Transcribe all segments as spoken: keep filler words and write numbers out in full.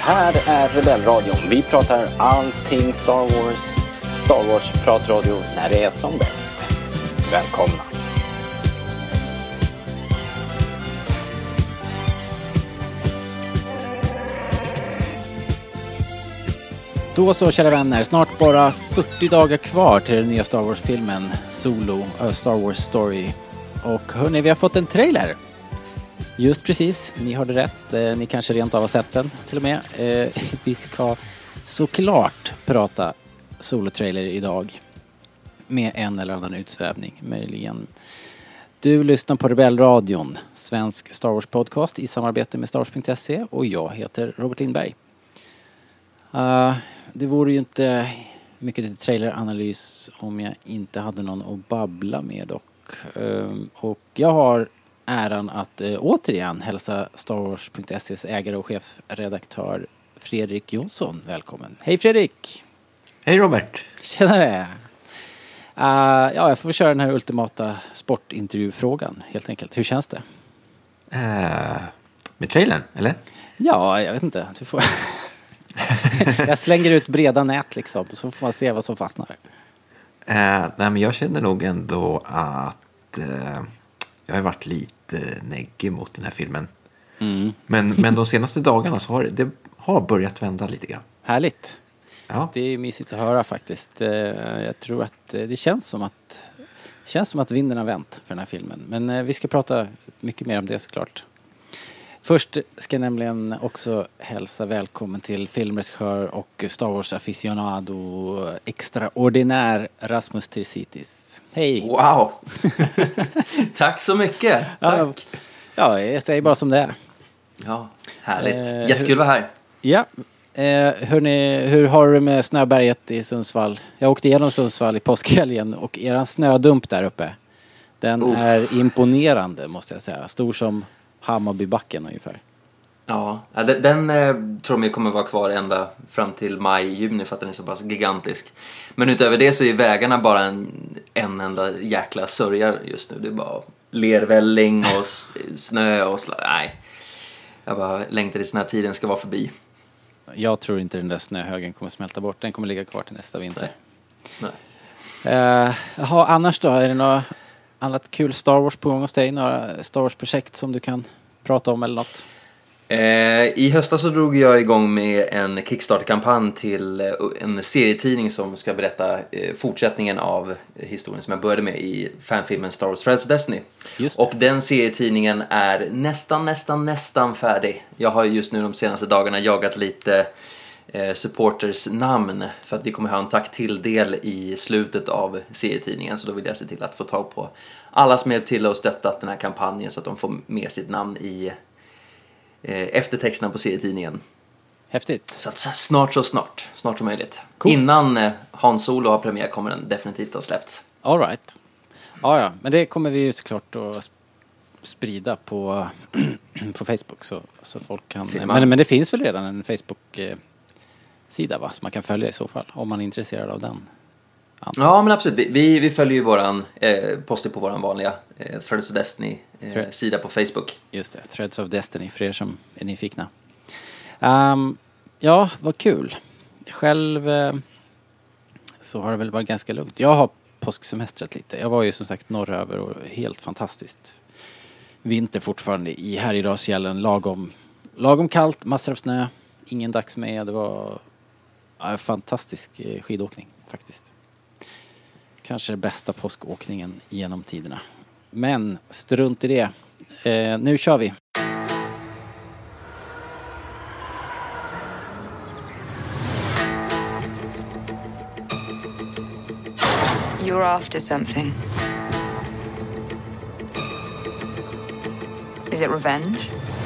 här är Rebellradion. Vi pratar allting Star Wars. Star Wars pratradio när det är som bäst. Välkomna. Då så, kära vänner, snart bara fyrtio dagar kvar till den nya Star Wars-filmen Solo, A Star Wars Story. Och hörni, vi har fått en trailer. Just precis, ni hörde rätt. Eh, ni kanske rent av har sett den till och med. Eh, vi ska såklart prata Solo-trailer idag. Med en eller annan utsvävning, möjligen. Du lyssnar på Rebellradion, svensk Star Wars-podcast i samarbete med Star Wars punkt se. Och jag heter Robert Lindberg. Uh, det vore ju inte mycket till traileranalys om jag inte hade någon att babbla med dock. Uh, och jag har äran att uh, återigen hälsa Star Wars punkt se:s ägare och chefredaktör Fredrik Jonsson välkommen. Hej Fredrik! Hej Robert! Tjenare! Uh, ja, jag får köra den här ultimata sportintervjufrågan helt enkelt. Hur känns det? Uh, med trailern, eller? Ja, jag vet inte. Du får... jag slänger ut breda nät liksom, så får man se vad som fastnar. Uh, nej, men jag känner nog ändå att uh, jag har varit lite neggig mot den här filmen. Mm. Men, men de senaste dagarna så har det har börjat vända lite grann. Härligt. Ja. Det är mysigt att höra faktiskt. Uh, jag tror att det känns som att känns som att vinden har vänt för den här filmen. Men uh, vi ska prata mycket mer om det såklart. Först ska jag nämligen också hälsa välkommen till filmregissör och Star Wars aficionado extraordinär Rasmus Tirsitis. Hej! Wow! Tack så mycket! Tack! Ja, jag säger bara som det är. Ja, härligt. Eh, Jättekul att vara här. Ja. Eh, hörni, hur har du med snöberget i Sundsvall? Jag åkte igenom Sundsvall i påskhelgen och eran snödump där uppe, den Uff. är imponerande måste jag säga. Stor som Hammarbybacken ungefär. Ja, den, den eh, tror jag kommer vara kvar ända fram till maj, juni för att den är så pass gigantisk. Men utöver det så är vägarna bara en, en enda jäkla sörja just nu. Det är bara lervälling och snö och sl- nej. Jag bara längtar tills den här tiden ska vara förbi. Jag tror inte den där snöhögen kommer smälta bort. Den kommer ligga kvar till nästa vinter. Nej. Nej. Uh, jaha, annars då? Är det något annat kul Star Wars på gång hos dig? Några Star Wars-projekt som du kan prata om eller något? Eh, I höstas så drog jag igång med en Kickstarter-kampanj till eh, en serietidning som ska berätta eh, fortsättningen av historien som jag började med i fanfilmen Star Wars Threads of Destiny. Just det. Och den serietidningen är nästan, nästan, nästan färdig. Jag har just nu de senaste dagarna jagat lite eh, supporters namn för att vi kommer ha en tack till del i slutet av serietidningen, så då vill jag se till att få tag på alla som hjälpt till och stöttat den här kampanjen så att de får med sitt namn i eftertexterna på serietidningen. Häftigt. Så att snart så snart. Snart som möjligt. Coolt. Innan Han Solo har premiär kommer den definitivt ha släppts. All right. Ja, ja. Men det kommer vi ju såklart att sprida på, på Facebook så, så folk kan... Men, men det finns väl redan en Facebook-sida va? Som man kan följa i så fall. Om man är intresserad av den. Antar. Ja, men absolut. Vi, vi, vi följer ju våran... Eh, poster på våran vanliga eh, Threads of Destiny eh, sida på Facebook. Just det. Threads of Destiny för er som är nyfikna. Um, ja, vad kul. Själv eh, så har det väl varit ganska lugnt. Jag har påsksemestrat lite. Jag var ju som sagt norröver och helt fantastiskt. Vinter fortfarande i Härjedalsfjällen. Lagom, lagom kallt, massor av snö. Ingen dags med. Det var ja, fantastisk eh, skidåkning faktiskt. Kanske den bästa påskåkningen genom tiderna. Men strunt i det. Eh, nu kör vi. You're after something. Is it revenge?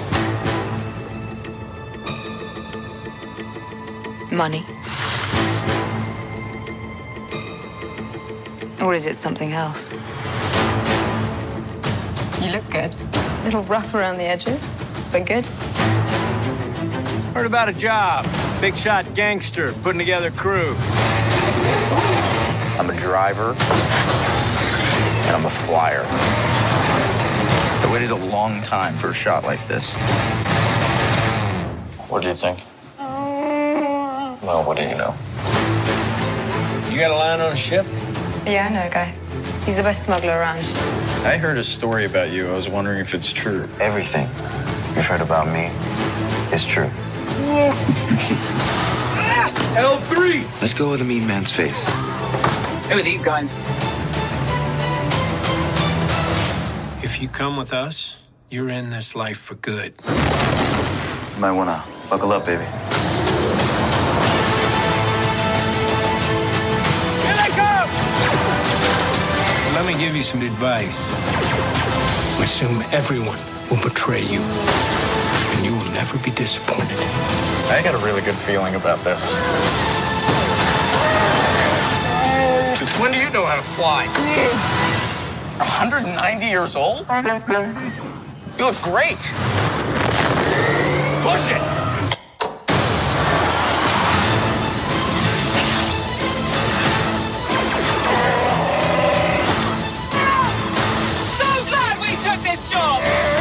Money? Or is it something else? You look good. A little rough around the edges, but good. Heard about a job. Big shot gangster putting together crew. I'm a driver, and I'm a flyer. I waited a long time for a shot like this. What do you think? Well, what do you know? You got a line on a ship? Yeah, I know a guy. He's the best smuggler around. I heard a story about you. I was wondering if it's true. Everything you've heard about me is true. L three! Let go of the mean man's face. Who are these guys? If you come with us, you're in this life for good. You might wanna buckle up, baby. Here they come! Let me give you some advice. Assume everyone will betray you, and you will never be disappointed. I got a really good feeling about this. Since when do you know how to fly? one hundred ninety years old? You look great. Push it! So glad we took this job!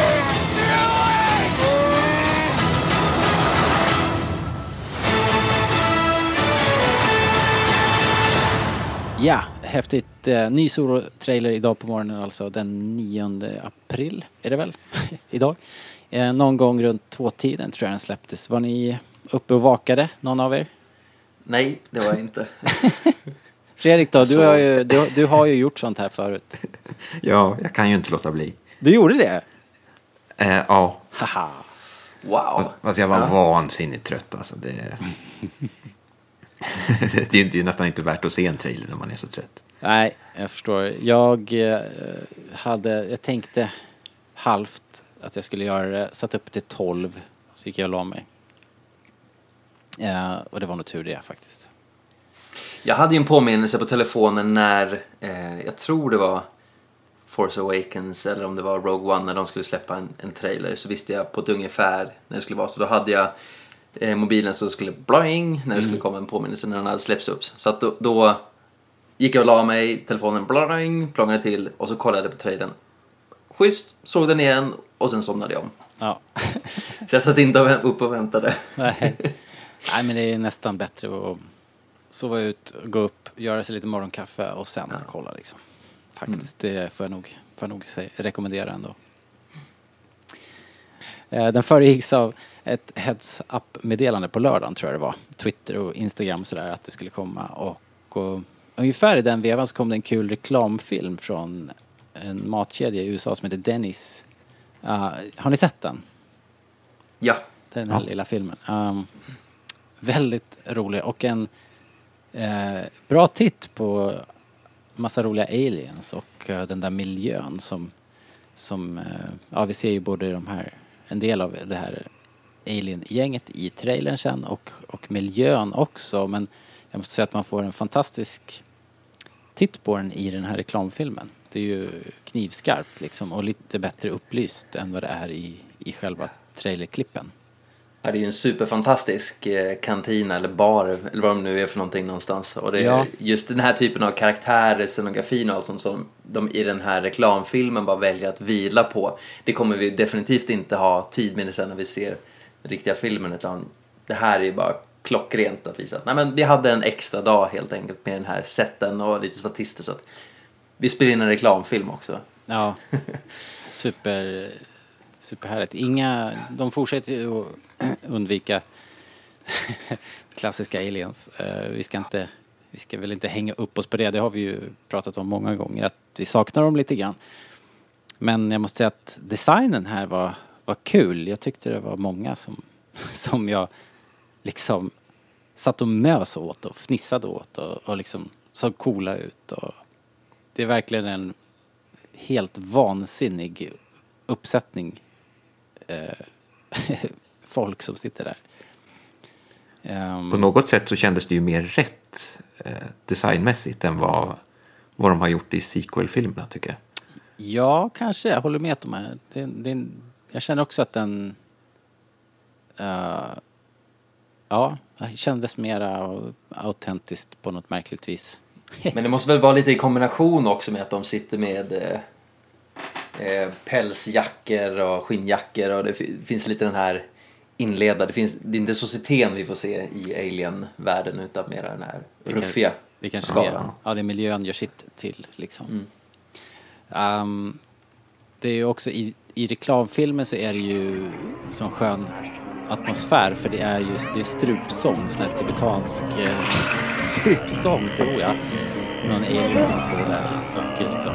Ja, häftigt. Eh, ny solo-trailer idag på morgonen, alltså den nionde april är det väl idag. Eh, någon gång runt tvåtiden tror jag den släpptes. Var ni uppe och vakade, någon av er? Nej, det var jag inte. Fredrik då, du Så- har, ju, du, du har ju gjort sånt här förut. Ja, jag kan ju inte låta bli. Du gjorde det? Eh, ja, Haha. Wow. fast jag var Ja. vansinnigt trött. Alltså det... det är ju nästan inte värt att se en trailer när man är så trött. Nej, jag förstår. Jag eh, hade, jag tänkte halvt att jag skulle göra det, satt upp till tolv, så gick jag och la mig. Eh, och det var nog tur det faktiskt. Jag hade ju en påminnelse på telefonen när, eh, jag tror det var Force Awakens eller om det var Rogue One, när de skulle släppa en, en trailer, så visste jag på ett ungefär när det skulle vara. Så då hade jag eh, mobilen så skulle bling när det skulle komma en påminnelse när den hade släppts upp. Så att då, då gick jag och la mig, telefonen bling, plångade till och så kollade jag på trailern. Schysst, såg den igen och sen somnade jag om. Ja. Så jag satt inte upp och väntade. Nej. Nej, men det är nästan bättre att sova ut, gå upp, göra sig lite morgonkaffe och sen Ja. kolla liksom. Faktiskt, det får jag nog, får jag nog säga, rekommendera ändå. Eh, Den föregicks av ett heads-up-meddelande på lördagen, tror jag det var. Twitter och Instagram och sådär, att det skulle komma. Och, och ungefär i den vevan så kom det en kul reklamfilm från en matkedja i U S A som heter Denny's. Uh, har ni sett den? Ja. Den här lilla filmen. Um, väldigt rolig och en eh, bra titt på massa roliga aliens och eh, den där miljön som, som eh, ja, vi ser ju både de här, en del av det här alien-gänget i trailern sen och, och miljön också, men jag måste säga att man får en fantastisk titt på den i den här reklamfilmen. Det är ju knivskarpt liksom och lite bättre upplyst än vad det är i, i själva trailerklippen. Ja, det är ju en superfantastisk eh, kantina eller bar eller vad de nu är för någonting någonstans. Och det är Ja. just den här typen av karaktärer, scenografin och allt sånt som de i den här reklamfilmen bara väljer att vila på. Det kommer vi definitivt inte ha tid med sen när vi ser den riktiga filmen, utan det här är ju bara klockrent att visa att nej, men vi hade en extra dag helt enkelt med den här sätten och lite statister, så att vi spelar in en reklamfilm också. Ja, super, superhärligt. Inga, de fortsätter ju att undvika klassiska aliens. Uh, vi ska inte, vi ska väl inte hänga upp oss på det. Det har vi ju pratat om många gånger, att vi saknar dem lite grann. Men jag måste säga att designen här var, var kul. Jag tyckte det var många som, som jag liksom satt och mös åt och fnissade åt och, och liksom såg coola ut. Och det är verkligen en helt vansinnig uppsättning eh, folk som sitter där. Um, På något sätt så kändes det ju mer rätt eh, designmässigt än vad, vad de har gjort i sequel-filmerna, tycker jag. Ja, kanske. Jag håller med om det. det, det jag känner också att den uh, ja, det kändes mera autentiskt på något märkligt vis. Men det måste väl vara lite i kombination också med att de sitter med eh, eh, pälsjackor och skinnjackor och det f- finns lite den här inleda. Det, finns, det är inte societeten vi får se i Alien-världen utan mer den här ruffiga det kanske skalan. Är, ja, det är miljön gör sitt till liksom. Mm. Um, det är ju också i, i reklamfilmen så är det ju sån skön atmosfär för det är ju det är strupsång, sån här tibetansk eh, strupsång tror jag. Någon alien som står där och liksom.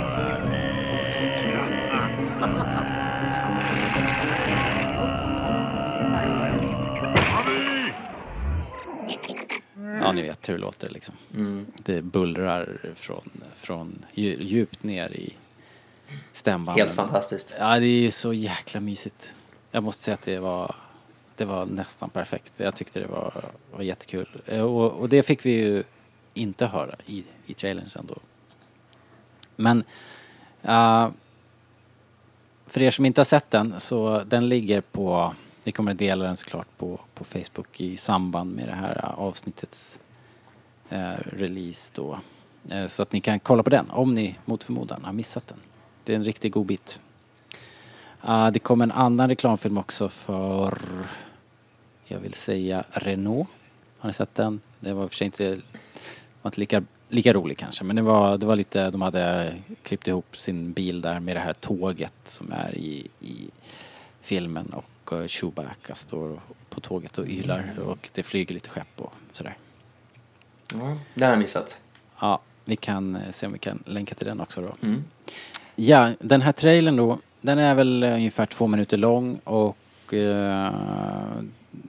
Ja, ni vet hur det låter liksom. Mm. Det bullrar från, från djupt ner i stämbanden. Helt fantastiskt. Ja, det är ju så jäkla mysigt. Jag måste säga att det var, det var nästan perfekt. Jag tyckte det var, var jättekul. Och, och det fick vi ju inte höra i, i trailern sen då. Men uh, för er som inte har sett den så den ligger på, vi kommer att dela den såklart på, på Facebook i samband med det här avsnittets uh, release då. Uh, så att ni kan kolla på den om ni mot förmodan har missat den. Det är en riktigt god bit. Uh, det kom en annan reklamfilm också för, jag vill säga Renault. Har ni sett den? Det var för sig inte, var inte lika, lika rolig kanske. Men det var, det var lite, de hade klippt ihop sin bil där med det här tåget som är i, i filmen. Och uh, Chewbacca står på tåget och ylar. Och det flyger lite skepp och sådär. Ja, det har jag missat. Ja, vi kan se om vi kan länka till den också då. Mm. Ja, den här trailern då, den är väl ungefär två minuter lång och uh,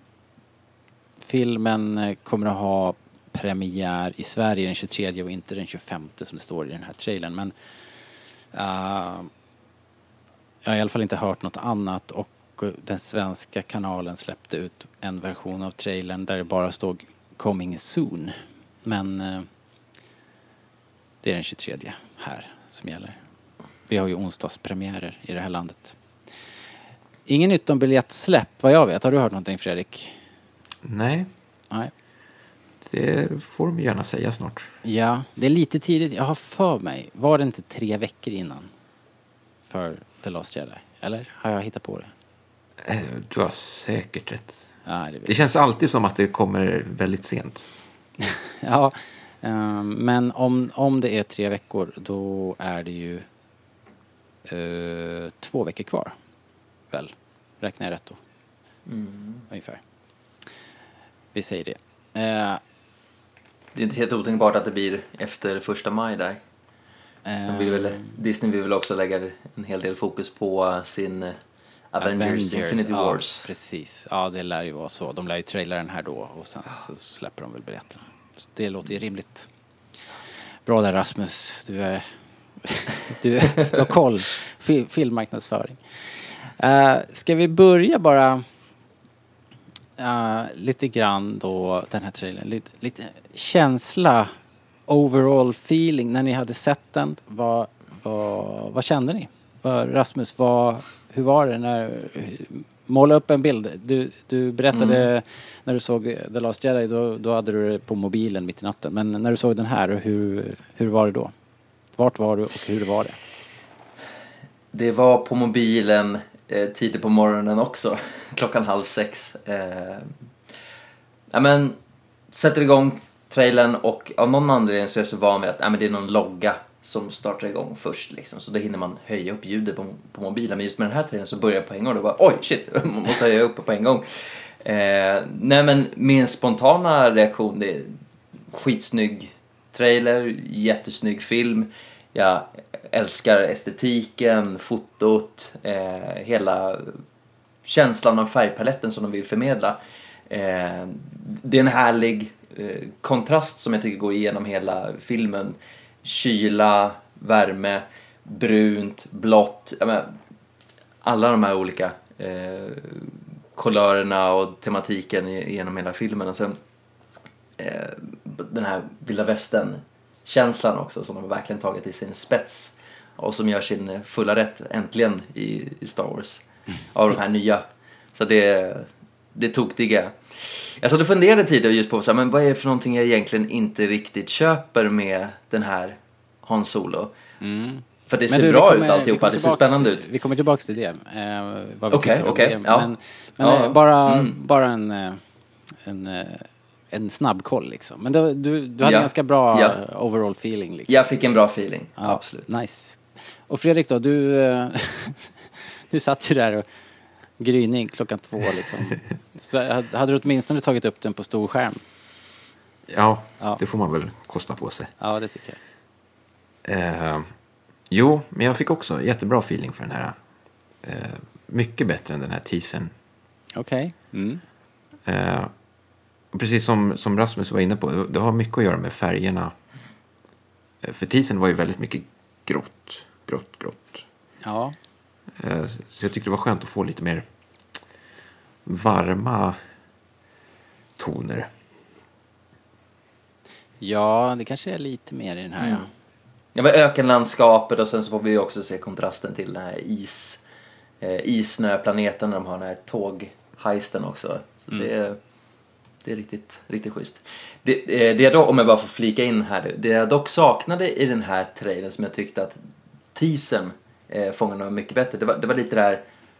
filmen kommer att ha premiär i Sverige den tjugotredje och inte den tjugofemte som det står i den här trailern. Men uh, jag har i alla fall inte hört något annat och den svenska kanalen släppte ut en version av trailern där det bara stod coming soon. Men uh, det är den tjugotredje här som gäller. Vi har ju onsdagspremiärer i det här landet. Ingen nytt om biljettsläpp, vad jag vet. Har du hört någonting, Fredrik? Nej. Nej. Det får de gärna säga snart. Ja, det är lite tidigt. Jag har för mig. Var det inte tre veckor innan för The Last Jedi? Eller har jag hittat på det? Du har säkert rätt. Ja, det, det känns alltid som att det kommer väldigt sent. Ja, um, men om, om det är tre veckor då är det ju uh, två veckor kvar. Väl, räknar jag rätt då? Mm. Ungefär. Vi säger det. Uh, det är inte helt otänkbart att det blir efter första maj där. De vill väl, Disney vill väl också lägga en hel del fokus på sin Avengers, Avengers Infinity Wars. Ja, precis. Ja, det lär ju vara så. De lär ju traila den här då och sen så släpper de väl biljetterna. Så det låter ju rimligt. Bra där, Rasmus. Du är du, du har koll. Fil, filmmarknadsföring. Uh, ska vi börja bara uh, lite grann då den här trailern. Lite, lite känsla, overall feeling när ni hade sett den. Vad, vad, vad kände ni? Vad, Rasmus, vad, hur var det när måla upp en bild? Du, du berättade mm. när du såg The Last Jedi, då, då hade du det på mobilen mitt i natten. Men när du såg den här, hur, hur var det då? Vart var du och hur var det? Det var på mobilen eh, tidigt på morgonen också. Klockan halv sex. Eh, ja, men sätter igång trailern och av någon anledning så är jag så van vid att ja, men det är någon logga som startar igång först liksom. Så då hinner man höja upp ljudet på, på mobilen. Men just med den här trailern så börjar jag på en gång och då bara oj shit, man måste höja upp på en gång. Eh, nej men min spontana reaktion, det är skitsnygg trailer, jättesnygg film. Jag älskar estetiken, fotot, eh, hela känslan av färgpaletten som de vill förmedla. Eh, det är en härlig eh, kontrast som jag tycker går igenom hela filmen. Kyla, värme, brunt, blått. Jag menar, alla de här olika eh, kolörerna och tematiken genom hela filmen. Och sen eh, den här vilda västern känslan också som de verkligen tagit i sin spets och som gör sin fulla rätt äntligen i, i Star Wars av de här nya. Så det, det tog digga. Jag satt och funderade tidigare just på så här, men vad är det för någonting jag egentligen inte riktigt köper med den här Han Solo. Mm. För det Men ser du, vi bra kommer- ut alltihopa, vi kommer det ser tillbaks- spännande ut. Vi kommer tillbaka till det. Eh, vad vi Okej, tycker om okej, det. ja. Men, men Ja, eh, bara, mm. bara en, eh, en, eh, en snabb koll liksom. Men det, du, du hade Ja. ganska bra Ja. eh, overall feeling liksom. Jag fick en bra feeling, Ja, absolut. Nice. Och Fredrik då, du, eh, du satt ju där och gryning klockan två liksom. Så hade du åtminstone tagit upp den på stor skärm? Ja, Ja. det får man väl kosta på sig. Ja, det tycker jag. Eh, jo, men jag fick också jättebra feeling för den här. Eh, mycket bättre än den här teasern. Okej. Mm. Eh, och precis som, som Rasmus var inne på, det, det har mycket att göra med färgerna. Eh, för teasern var ju väldigt mycket grått, grått, grått. Ja. Eh, så jag tyckte det var skönt att få lite mer varma toner. Ja, det kanske är lite mer i den här. Ja. Ja, men ökenlandskapet och sen så får vi också se kontrasten till den här is, eh, issnöplaneten när de har den här tåghajsten också. Så Mm. det, är, det är riktigt, riktigt schysst. Det, eh, det jag då, om jag bara får flika in här, det jag dock saknade i den här trailern som jag tyckte att teasern eh, fångade mycket bättre, det var, det var lite där,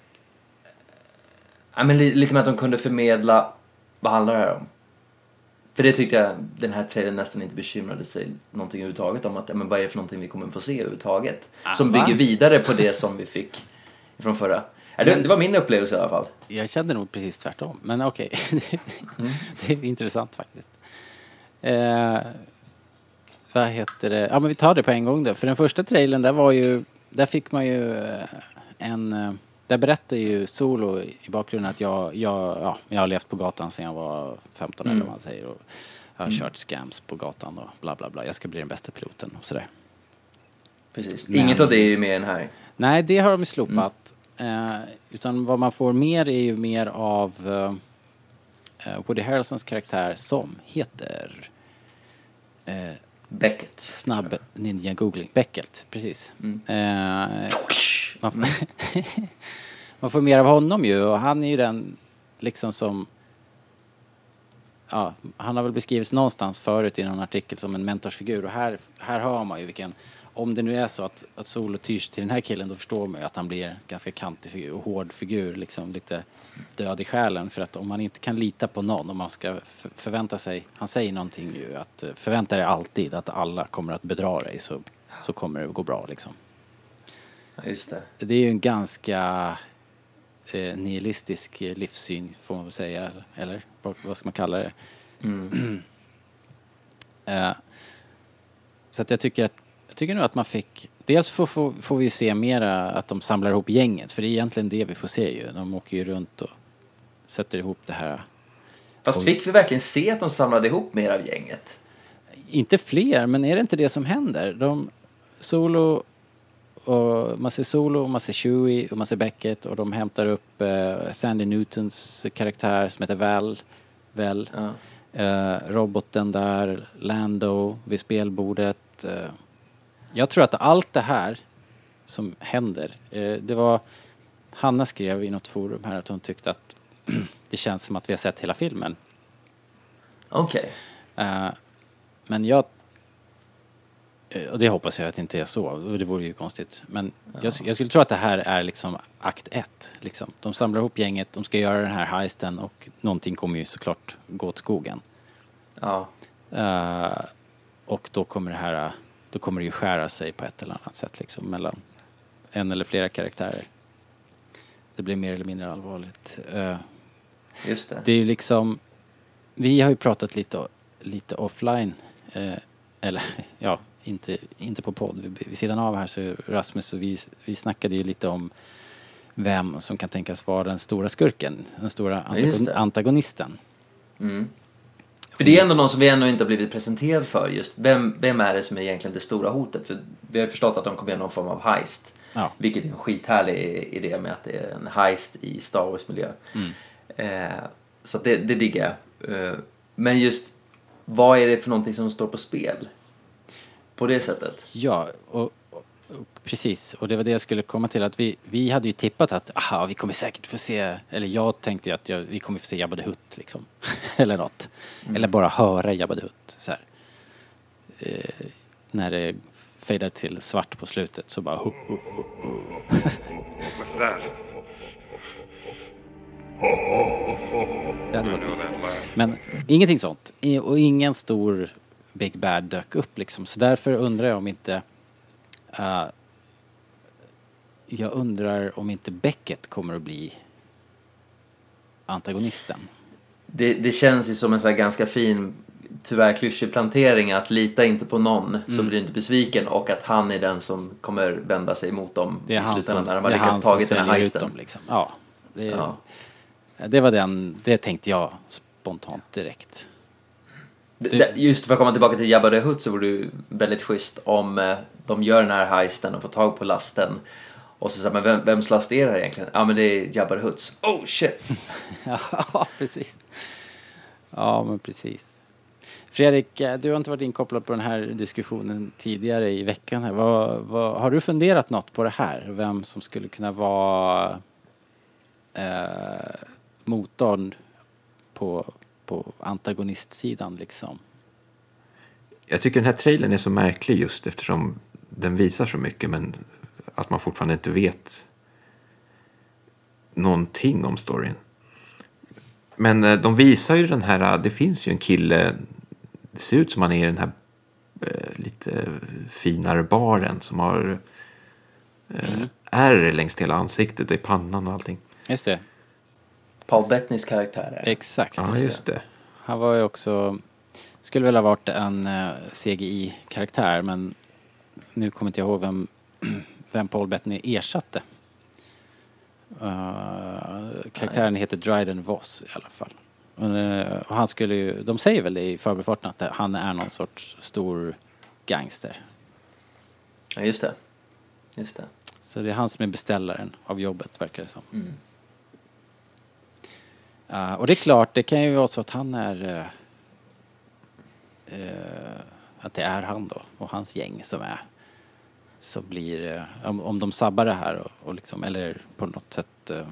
ja, men li, lite med att de kunde förmedla, vad handlar det här om? För det tyckte jag den här trailern nästan inte bekymrade sig någonting överhuvudtaget om att, ja, men vad är det för någonting vi kommer få se överhuvudtaget? Ah, som va? bygger vidare på det som vi fick från förra. Ja, det, det var min upplevelse i alla fall. Jag kände nog precis tvärtom, men okej. Mm. Det är intressant faktiskt. Eh, vad heter det? Ja, men vi tar det på en gång då. För den första trailern, där var ju, där fick man ju eh, en, eh, där berättade ju Solo i bakgrunden att jag, jag, ja, jag har levt på gatan sedan jag var femton Mm. eller vad man säger. Och jag har kört scams på gatan och bla bla bla. Jag ska bli den bästa piloten och sådär. Precis. Men- Inget av det är ju med i den här. Nej, det har de ju slopat. Eh, utan vad man får mer är ju mer av eh, Woody Harrelsons karaktär som heter eh, Beckett. snabb ninja googling. Beckett, precis. Eh, man, får, man får mer av honom ju, och han är ju den liksom som, ja, han har väl beskrivits någonstans förut i någon artikel som en mentorsfigur, och här, här hör man ju vilken, om det nu är så att, att Solo tyr sig till den här killen, då förstår man ju att han blir en ganska kantig figur, och hård figur, liksom lite död i själen, för att om man inte kan lita på någon, om man ska för, förvänta sig, han säger någonting ju, att eh, förvänta dig alltid att alla kommer att bedra dig, så, så kommer det gå bra liksom. Ja, just det. Det är ju en ganska eh, nihilistisk eh, livssyn, får man väl säga, eller vad, vad ska man kalla det? eh, så att jag tycker att jag tycker nog att man fick, dels får, får, får vi se mera att de samlar ihop gänget, för det är egentligen det vi får se ju. De åker ju runt och sätter ihop det här. Fast Oj. fick vi verkligen se att de samlade ihop mer av gänget? Inte fler, men är det inte det som händer? De, Solo, och man ser Solo, man ser Chewie och man ser Beckett, och de hämtar upp eh, Sandy Newtons karaktär som heter Val. Val. Ja. Eh, roboten där, Lando vid spelbordet. Eh. Jag tror att allt det här som händer, eh, det var, Hanna skrev i något forum här att hon tyckte att det känns som att vi har sett hela filmen. Okej. Eh, men jag, eh, och det hoppas jag att det inte är så, och det vore ju konstigt. Men jag, jag skulle tro att det här är liksom akt ett. Liksom. De samlar ihop gänget, de ska göra den här heisten, och någonting kommer ju såklart gå åt skogen. Ja. Eh, och då kommer det här, då kommer det ju skära sig på ett eller annat sätt liksom, mellan en eller flera karaktärer. Det blir mer eller mindre allvarligt. Eh, Just det. det är ju liksom, vi har ju pratat lite, lite offline, eh, eller ja, inte, inte på podd. Vid, vid sidan av här så Rasmus och vi, vi snackade ju lite om vem som kan tänkas vara den stora skurken, den stora Ja, just antagon- det. antagonisten. Mm. För det är ändå någon som vi ännu inte har blivit presenterad för just. Vem, vem är det som är egentligen det stora hotet? För vi har förstått att de kommer göra någon form av heist. Ja. Vilket är en skithärlig idé med att det är en heist i Star Wars-miljö. Eh, så att det, det diggar jag. Eh, men just, vad är det för någonting som står på spel? På det sättet. Ja, och, och, och precis. Och det var det jag skulle komma till. Att vi, vi hade ju tippat att aha, vi kommer säkert få se, eller jag tänkte ju att jag, vi kommer få se Jabba the Hutt liksom. eller något. Eller bara höra Jabba the Hutt. Så här. Eh, när det fejdar till svart på slutet så bara... Ho, ho, ho, ho. What's that? Det hade varit men ingenting sånt. I- Och ingen stor Big Bad dök upp liksom. Så därför undrar jag om inte... Uh, jag undrar om inte Beckett kommer att bli antagonisten. Det, det känns ju som en så här ganska fin, tyvärr klyschig plantering att lita inte på någon så Mm. blir du inte besviken och att han är den som kommer vända sig mot dem Det är i han slutändan som, när de det har är han lyckats som tagit den här säljer ut heisten. dem liksom. Ja, det, Ja. det var den, det tänkte jag spontant direkt. Det- det- Just för att komma tillbaka till Jabba the Hutt så vore det ju väldigt schysst om eh, de gör den här heisten och får tag på lasten och så säger man vem, vems last är det här egentligen? Ja men det är Jabba the Hutts. Oh shit! Ja, precis. Ja, men precis. Fredrik, eh, du har inte varit inkopplad på den här diskussionen tidigare i veckan. Här. Vad, vad, har du funderat något på det här? Vem som skulle kunna vara eh, motorn på, på antagonistsidan liksom? Jag tycker den här trailern är så märklig just eftersom den visar så mycket men att man fortfarande inte vet någonting om storyn. Men eh, de visar ju den här, det finns ju en kille, det ser ut som han är i den här eh, lite finare baren som har eh, Mm. ärr längs hela ansiktet och i pannan och allting. Just det. Paul Bettnys karaktär är. Exakt. Ja, just det. Han var ju också, skulle väl ha varit en uh, C G I-karaktär, men nu kommer inte jag ihåg vem, vem Paul Bettany ersatte. Uh, karaktären heter Dryden Voss i alla fall. Och, uh, och han skulle ju, de säger väl i förbifarten att han är någon sorts stor gangster. Ja just det. Just det. Så det är han som är beställaren av jobbet, verkar det som. Mm. Uh, och det är klart, det kan ju vara så att han är uh, uh, att det är han då och hans gäng som är så blir uh, om, om de sabbar det här och, och liksom, eller på något sätt uh,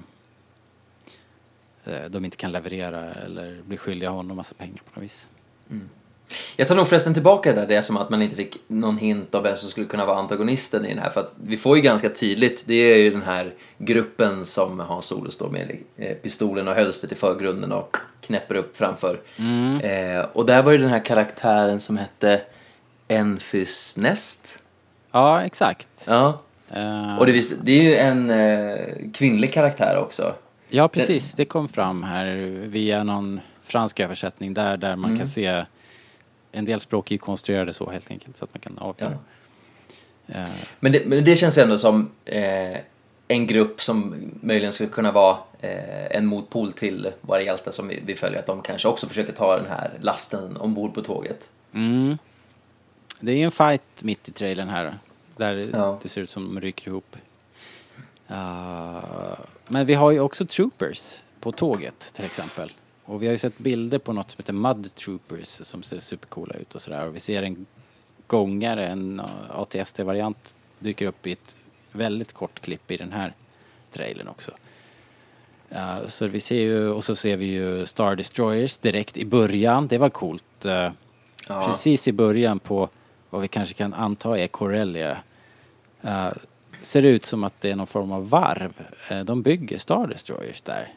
uh, de inte kan leverera eller blir skyldiga honom massa pengar på något vis. Jag tar nog förresten tillbaka det där, det är som att man inte fick någon hint av vem som skulle kunna vara antagonisten i den här. För att vi får ju ganska tydligt, det är ju den här gruppen som Hans Solo står med eh, pistolen och hölstret i förgrunden och knäpper upp framför. Mm. Eh, och där var ju den här karaktären som hette Enfys Nest. Ja, exakt. Ja. Uh, Och det, vis- det är ju en eh, kvinnlig karaktär också. ja, precis. Det kom fram här via någon fransk översättning där, där man Mm. kan se en del språk är ju konstruerade så helt enkelt så att man kan avgöra. Ja. Uh, Men det, men det känns ju ändå som eh, en grupp som möjligen skulle kunna vara eh, en motpol till våra hjältar som vi, vi följer. Att de kanske också försöker ta den här lasten ombord på tåget. Mm. Det är ju en fight mitt i trailern här. Där Ja. det ser ut som de ryker ihop. Uh, men vi har ju också troopers på tåget till exempel. Och vi har ju sett bilder på något som heter Mud Troopers som ser supercoola ut och sådär. Och vi ser en gångare, en A T S T-variant dyker upp i ett väldigt kort klipp i den här trailern också. Uh, så vi ser ju, och så ser vi ju Star Destroyers direkt i början. Det var coolt. Uh, Ja. Precis i början på vad vi kanske kan anta är Corellia. Uh, ser ut som att det är någon form av varv. Uh, de bygger Star Destroyers där.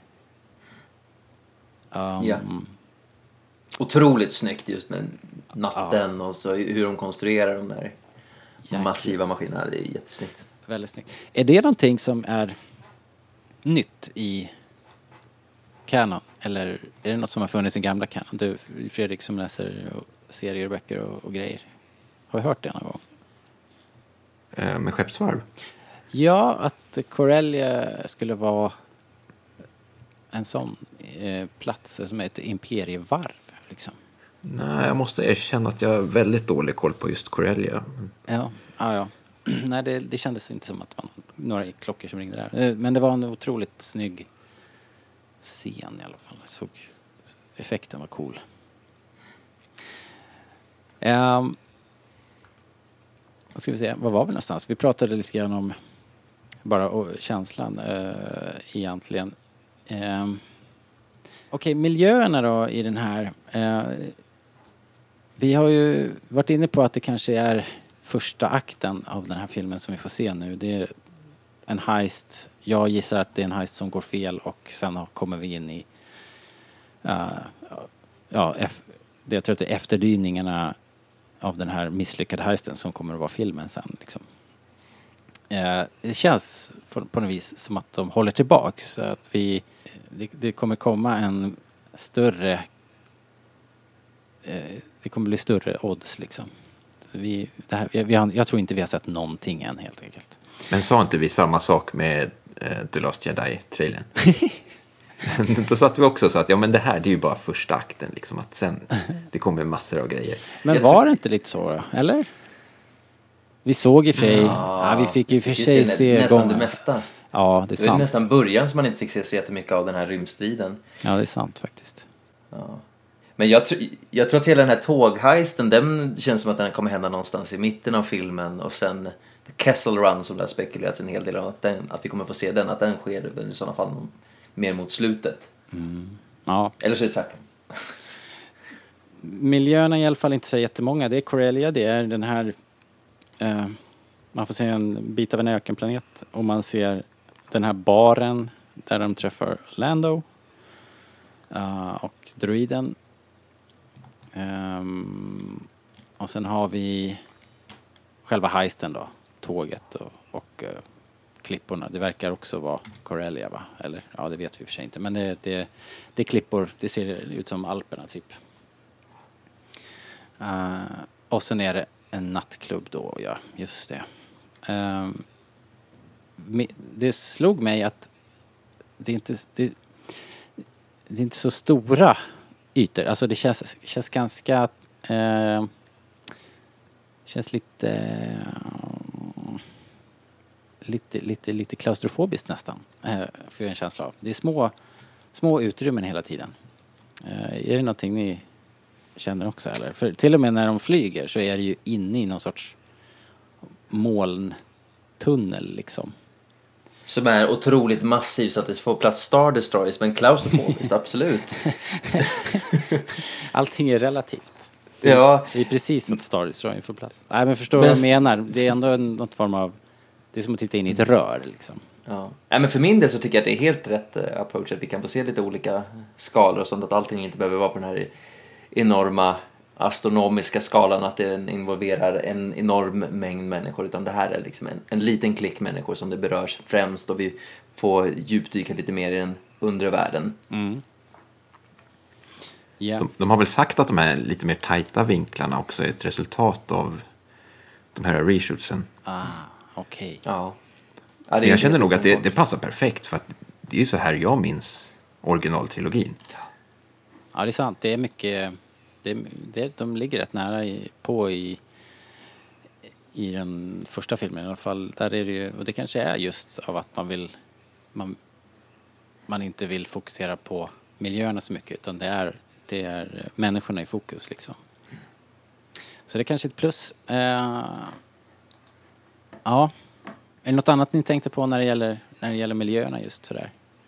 Um, Ja. Otroligt snyggt just den natten och så hur de konstruerar de där Jäkligt. massiva maskinerna. Det är jättesnyggt. Väldigt snyggt. Är det någonting som är nytt i Canon? Eller är det något som har funnits i gamla Canon? Du, Fredrik, som läser serier, böcker och, och grejer. Har vi hört det någon gång? Eh, med skeppsvarv. Ja, att Corellia skulle vara en sån eh, plats som är ett imperievarv. Liksom. Nej, jag måste erkänna att jag har väldigt dålig koll på just Corellia. Ja, ja, ja. Nej, det, det kändes inte som att det var några klockor som ringde där. Eh, Men det var en otroligt snygg scen i alla fall. Jag såg, effekten var cool. Um, vad ska vi se, vad var vi någonstans? Vi pratade lite grann om bara oh, känslan uh, egentligen. Um, Okej, okay, miljöerna då i den här. Uh, vi har ju varit inne på att det kanske är första akten av den här filmen som vi får se nu. Det är en heist. Jag gissar att det är en heist som går fel och sen kommer vi in i uh, ja, F, det, jag tror att det är efterdyningarna av den här misslyckade heisten som kommer att vara filmen sen. Liksom. Uh, det känns på, på något vis som att de håller tillbaks. Så att vi, det, det kommer komma en större uh, det kommer bli större odds liksom. Vi, det här, vi har, jag tror inte vi har sett någonting än helt enkelt. Men sa inte vi samma sak med uh, The Last Jedi-trailern? Då satt vi också så att ja, men det här det är ju bara första akten liksom, att sen det kommer massor av grejer. Men jag var tror... det inte lite så då, eller? Vi såg i för sig, ja, ja, vi fick ju för sig se, se nästan gånger. det mesta. Ja, det är det sant. Det nästan början som man inte fick se så jättemycket av den här rymdstriden. Ja, det är sant faktiskt. Ja. Men jag, tr- jag tror att hela den här tågheisten, den känns som att den kommer hända någonstans i mitten av filmen. Och sen The Kessel Run som det har spekulerats en hel del om, att, den, att vi kommer få se den, att den sker i sådana fall mer mot slutet. Mm. Ja. Eller så är det tvärtom. Miljöerna i alla fall inte så jättemånga. Det är Corellia, det är den här eh, man får se en bit av en ökenplanet och man ser den här baren där de träffar Lando uh, och droiden. Um, och sen har vi själva heisten då, tåget och, och uh, klipporna. Det verkar också vara Corellia, va? Eller ja, det vet vi för sig inte. Men det, det, det är klippor, det ser ut som Alperna typ. Uh, och sen är det en nattklubb då, ja, just det. Um, det slog mig att det är inte det, det är inte så stora ytor. Alltså det känns, känns ganska uh, känns lite uh, lite lite lite klaustrofobiskt nästan, uh, för en känsla av. Det är små små utrymmen hela tiden. Uh, är det någonting ni känner också, eller? För till och med när de flyger så är det ju inne i någon sorts molntunnel liksom. Som är otroligt massiv så att det får plats Star Destroyers, men klaustrofobiskt, absolut. Allting är relativt. Det, ja. det är precis att Star Destroyer får plats. Nej, men förstår men, vad jag menar. Det är ändå en, något form av, det är som att titta in i ett rör liksom. Ja. Nej, men för min del så tycker jag att det är helt rätt uh, approach, att vi kan få se lite olika skalor och sånt, att allting inte behöver vara på den här enorma astronomiska skalan, att det involverar en enorm mängd människor, utan det här är liksom en, en liten klick människor som det berörs främst, och vi får djupdyka lite mer i den undre världen. Mm. Yeah. De, de har väl sagt att de här lite mer tajta vinklarna också är ett resultat av de här reshootsen. Ah, okej. Okay. Ja. Ja, Men jag känner nog att det, det passar perfekt, för att det är ju så här jag minns originaltrilogin. Ja, det är sant. Det är mycket... Det, det, de ligger rätt nära i, på i, i den första filmen i alla fall. Där är det ju, och det kanske är just av att man vill man, man inte vill fokusera på miljöerna så mycket, utan det är, det är människorna i fokus liksom. Så det är kanske ett plus. Uh, ja. Är det något annat ni tänkte på när det gäller, när det gäller miljöerna just sådär?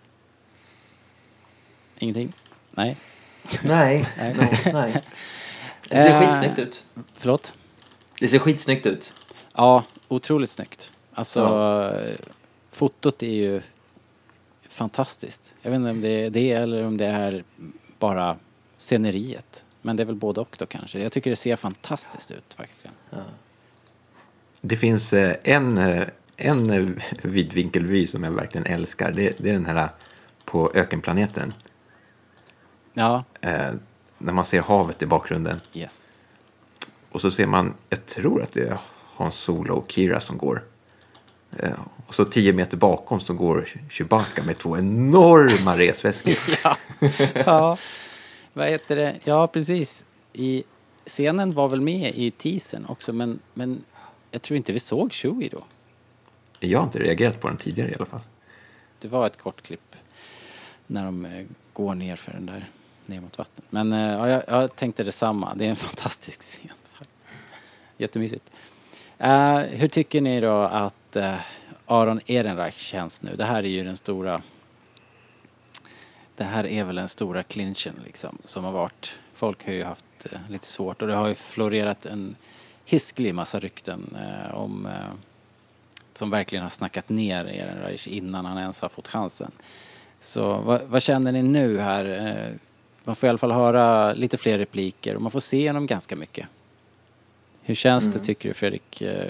Ingenting? Nej. Nej, no, nej. Det ser uh, skitsnyggt ut. Förlåt? Det ser skitsnyggt ut. Ja, otroligt snyggt. Alltså, ja. Fotot är ju fantastiskt. Jag vet inte om det är det eller om det är bara sceneriet. Men det är väl både och då kanske. Jag tycker det ser fantastiskt ut verkligen. Ja. Det finns en, en vidvinkelvy som jag verkligen älskar. Det, det är den här på ökenplaneten. Ja. Eh, när man ser havet i bakgrunden. Yes. Och så ser man, jag tror att det är Hans Solo och Kira som går. Eh, och så tio meter bakom så går Chewbacca med två enorma resväskor. ja. ja. Vad heter det? Ja, precis. I scenen var väl med i teasern också, men, men jag tror inte vi såg Chewie då. Jag har inte reagerat på den tidigare i alla fall. Det var ett kort klipp när de eh, går ner för den där, ner mot vattnet. Men eh, ja, jag, jag tänkte detsamma. Det är en fantastisk scen faktiskt. Jättemysigt. Uh, hur tycker ni då att uh, Aaron Ehrenreich känns nu? Det här är ju den stora... Det här är väl den stora clinchen liksom, som har varit... Folk har ju haft uh, lite svårt, och det har ju florerat en hisklig massa rykten eh, om eh, som verkligen har snackat ner Ehrenreich innan han ens har fått chansen. Så vad, vad känner ni nu här? Eh, man får i alla fall höra lite fler repliker och man får se honom ganska mycket. Hur känns mm. det, tycker du, Fredrik? Eh,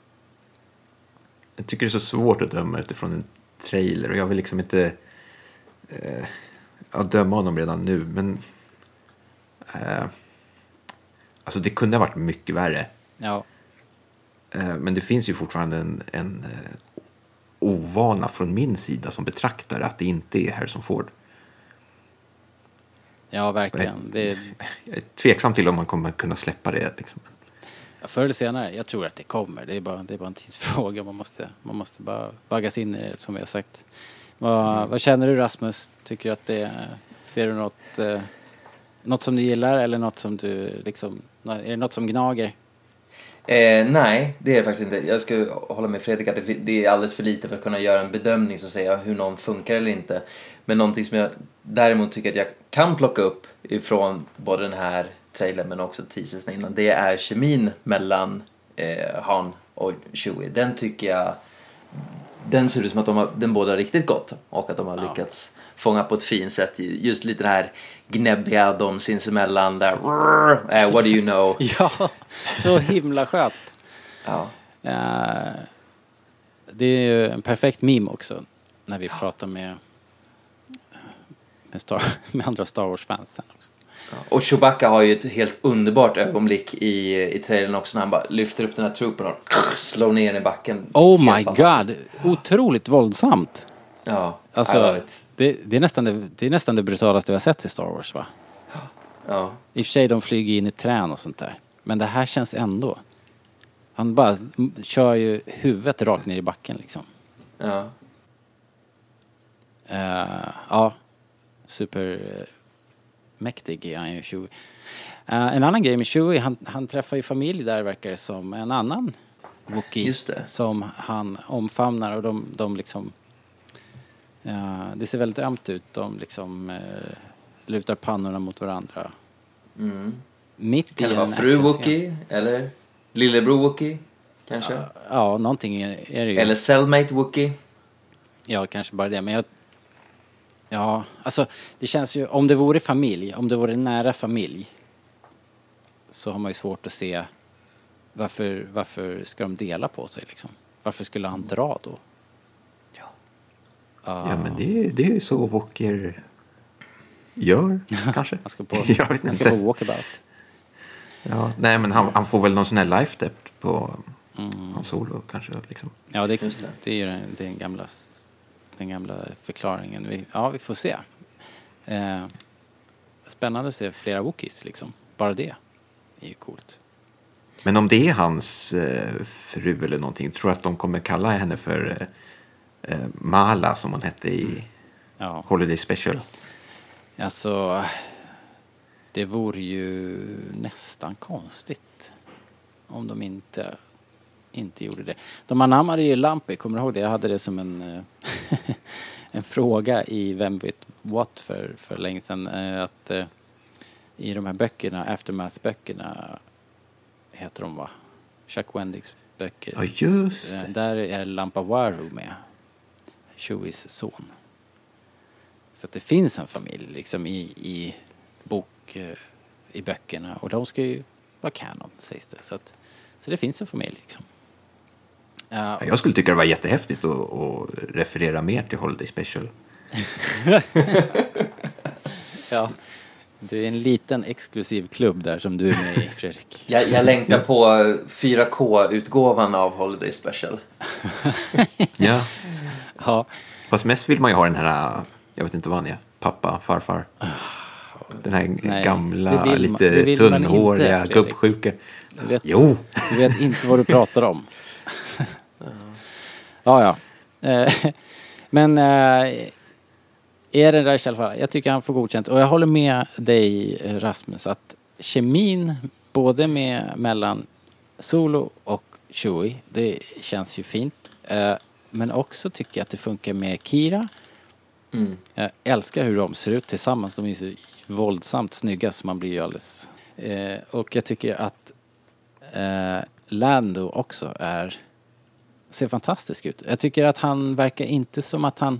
Jag tycker det är så svårt att döma utifrån en trailer och jag vill liksom inte eh, ja, döma honom redan nu, men eh, alltså det kunde ha varit mycket värre. Ja. Eh, men det finns ju fortfarande en, en eh, ovana från min sida som betraktare att det inte är Harrison Ford. Ja, verkligen. Det är... Jag är tveksam till om man kommer kunna släppa det liksom. Ja, förr eller senare, jag tror att det kommer. Det är bara, det är bara en tidsfråga. Man måste, man måste bara baggas in i det, som vi har sagt. Vad, mm. vad känner du, Rasmus? Tycker du att det ser du något, eh, något som du gillar eller något som du liksom, är det något som gnager? Eh, nej, det är det faktiskt inte. Jag ska hålla med Fredrik att det, det är alldeles för lite för att kunna göra en bedömning så att säga hur någon funkar eller inte. Men någonting som jag däremot tycker att jag kan plocka upp ifrån både den här trailern men också teasers innan, det är kemin mellan eh, Han och Chewie. Den tycker jag, den ser ut som att de har, den båda riktigt gott och att de har ja. lyckats fånga på ett fint sätt just lite det här gnäbbiga de sinsemellan där uh, what do you know. Ja, så himla skönt. Ja. Uh, det är ju en perfekt meme också när vi ja. pratar med med, Star, med andra Star Wars-fans sen också. Ja. Och Chewbacca har ju ett helt underbart ögonblick i, i trailern också när han bara lyfter upp den här troopen och slår ner den i backen. Oh my god, otroligt våldsamt. Ja, alltså det, det, är nästan det, det är nästan det brutalaste vi har sett i Star Wars, va? Ja. I och för sig de flyger in i trän och sånt där. Men det här känns ändå. Han bara kör ju huvudet rakt ner i backen liksom. Ja. Uh, ja. Super uh, mäktig är han ju, Chewie. Uh, en annan grej med Chewie, han, han träffar ju familj där, verkar det som. En annan Wookiee. Just det. Som han omfamnar och de, de liksom uh, det ser väldigt ömt ut. De liksom uh, lutar pannorna mot varandra. Mm. Mitt kan i det vara fru Wookiee eller lillebror Wookiee kanske? Ja, ja, någonting är, är det ju. Eller cellmate Wookiee. Ja, kanske bara det, men jag ja, alltså det känns ju, om det vore familj, om det vore nära familj, så har man ju svårt att se varför, varför ska de dela på sig liksom? Varför skulle han dra då? Ja, uh, ja men det är, det är ju så Walker gör, kanske. Han ska på, jag vet han inte. ska på walkabout. Ja, nej men han, han får väl någon sån här life debt på mm. hans Solo kanske liksom. Ja, det, det. det är ju den, det är den gamla den gamla förklaringen. Vi, ja, vi får se. Eh, spännande att se flera Wookiees liksom. Bara det är ju coolt. Men om det är hans eh, fru eller någonting, tror att de kommer kalla henne för eh, Mala som hon hette i ja. Holiday Special? Alltså, det vore ju nästan konstigt om de inte inte gjorde det. De anammade ju Lampi, kommer du ihåg det? Jag hade det som en en fråga i Vem vet what för, för länge sedan. Att eh, i de här böckerna, Aftermath-böckerna heter de, va? Chuck Wendigs böcker. Ja, just det. Där är Lampa Waru med. Chewies son. Så att det finns en familj liksom i, i bok i böckerna. Och de ska ju vara canon, sägs det. Så, att, så det finns en familj liksom. Uh, Jag skulle tycka det var jättehäftigt att, att referera mer till Holiday Special. Ja, det är en liten exklusiv klubb där som du är med i, Fredrik. jag, jag längtar på fyra K-utgåvan av Holiday Special. Ja. Ja. Fast mest vill man ju ha den här, jag vet inte vad han är, pappa, farfar. Den här Nej, gamla, man, lite tunnhåriga, gubbsjuka. Du vet, jo. Du vet inte vad du pratar om. Ja, ja. Men är det där i alla fall, jag tycker han får godkänt. Och jag håller med dig, Rasmus, att kemin både med mellan Solo och Chewie, det känns ju fint. Men också tycker jag att det funkar med Kira. Mm. Jag älskar hur de ser ut tillsammans. De är så våldsamt snygga så man blir ju alldeles... Och jag tycker att eh, Lando också är ser fantastisk ut. Jag tycker att han verkar inte som att han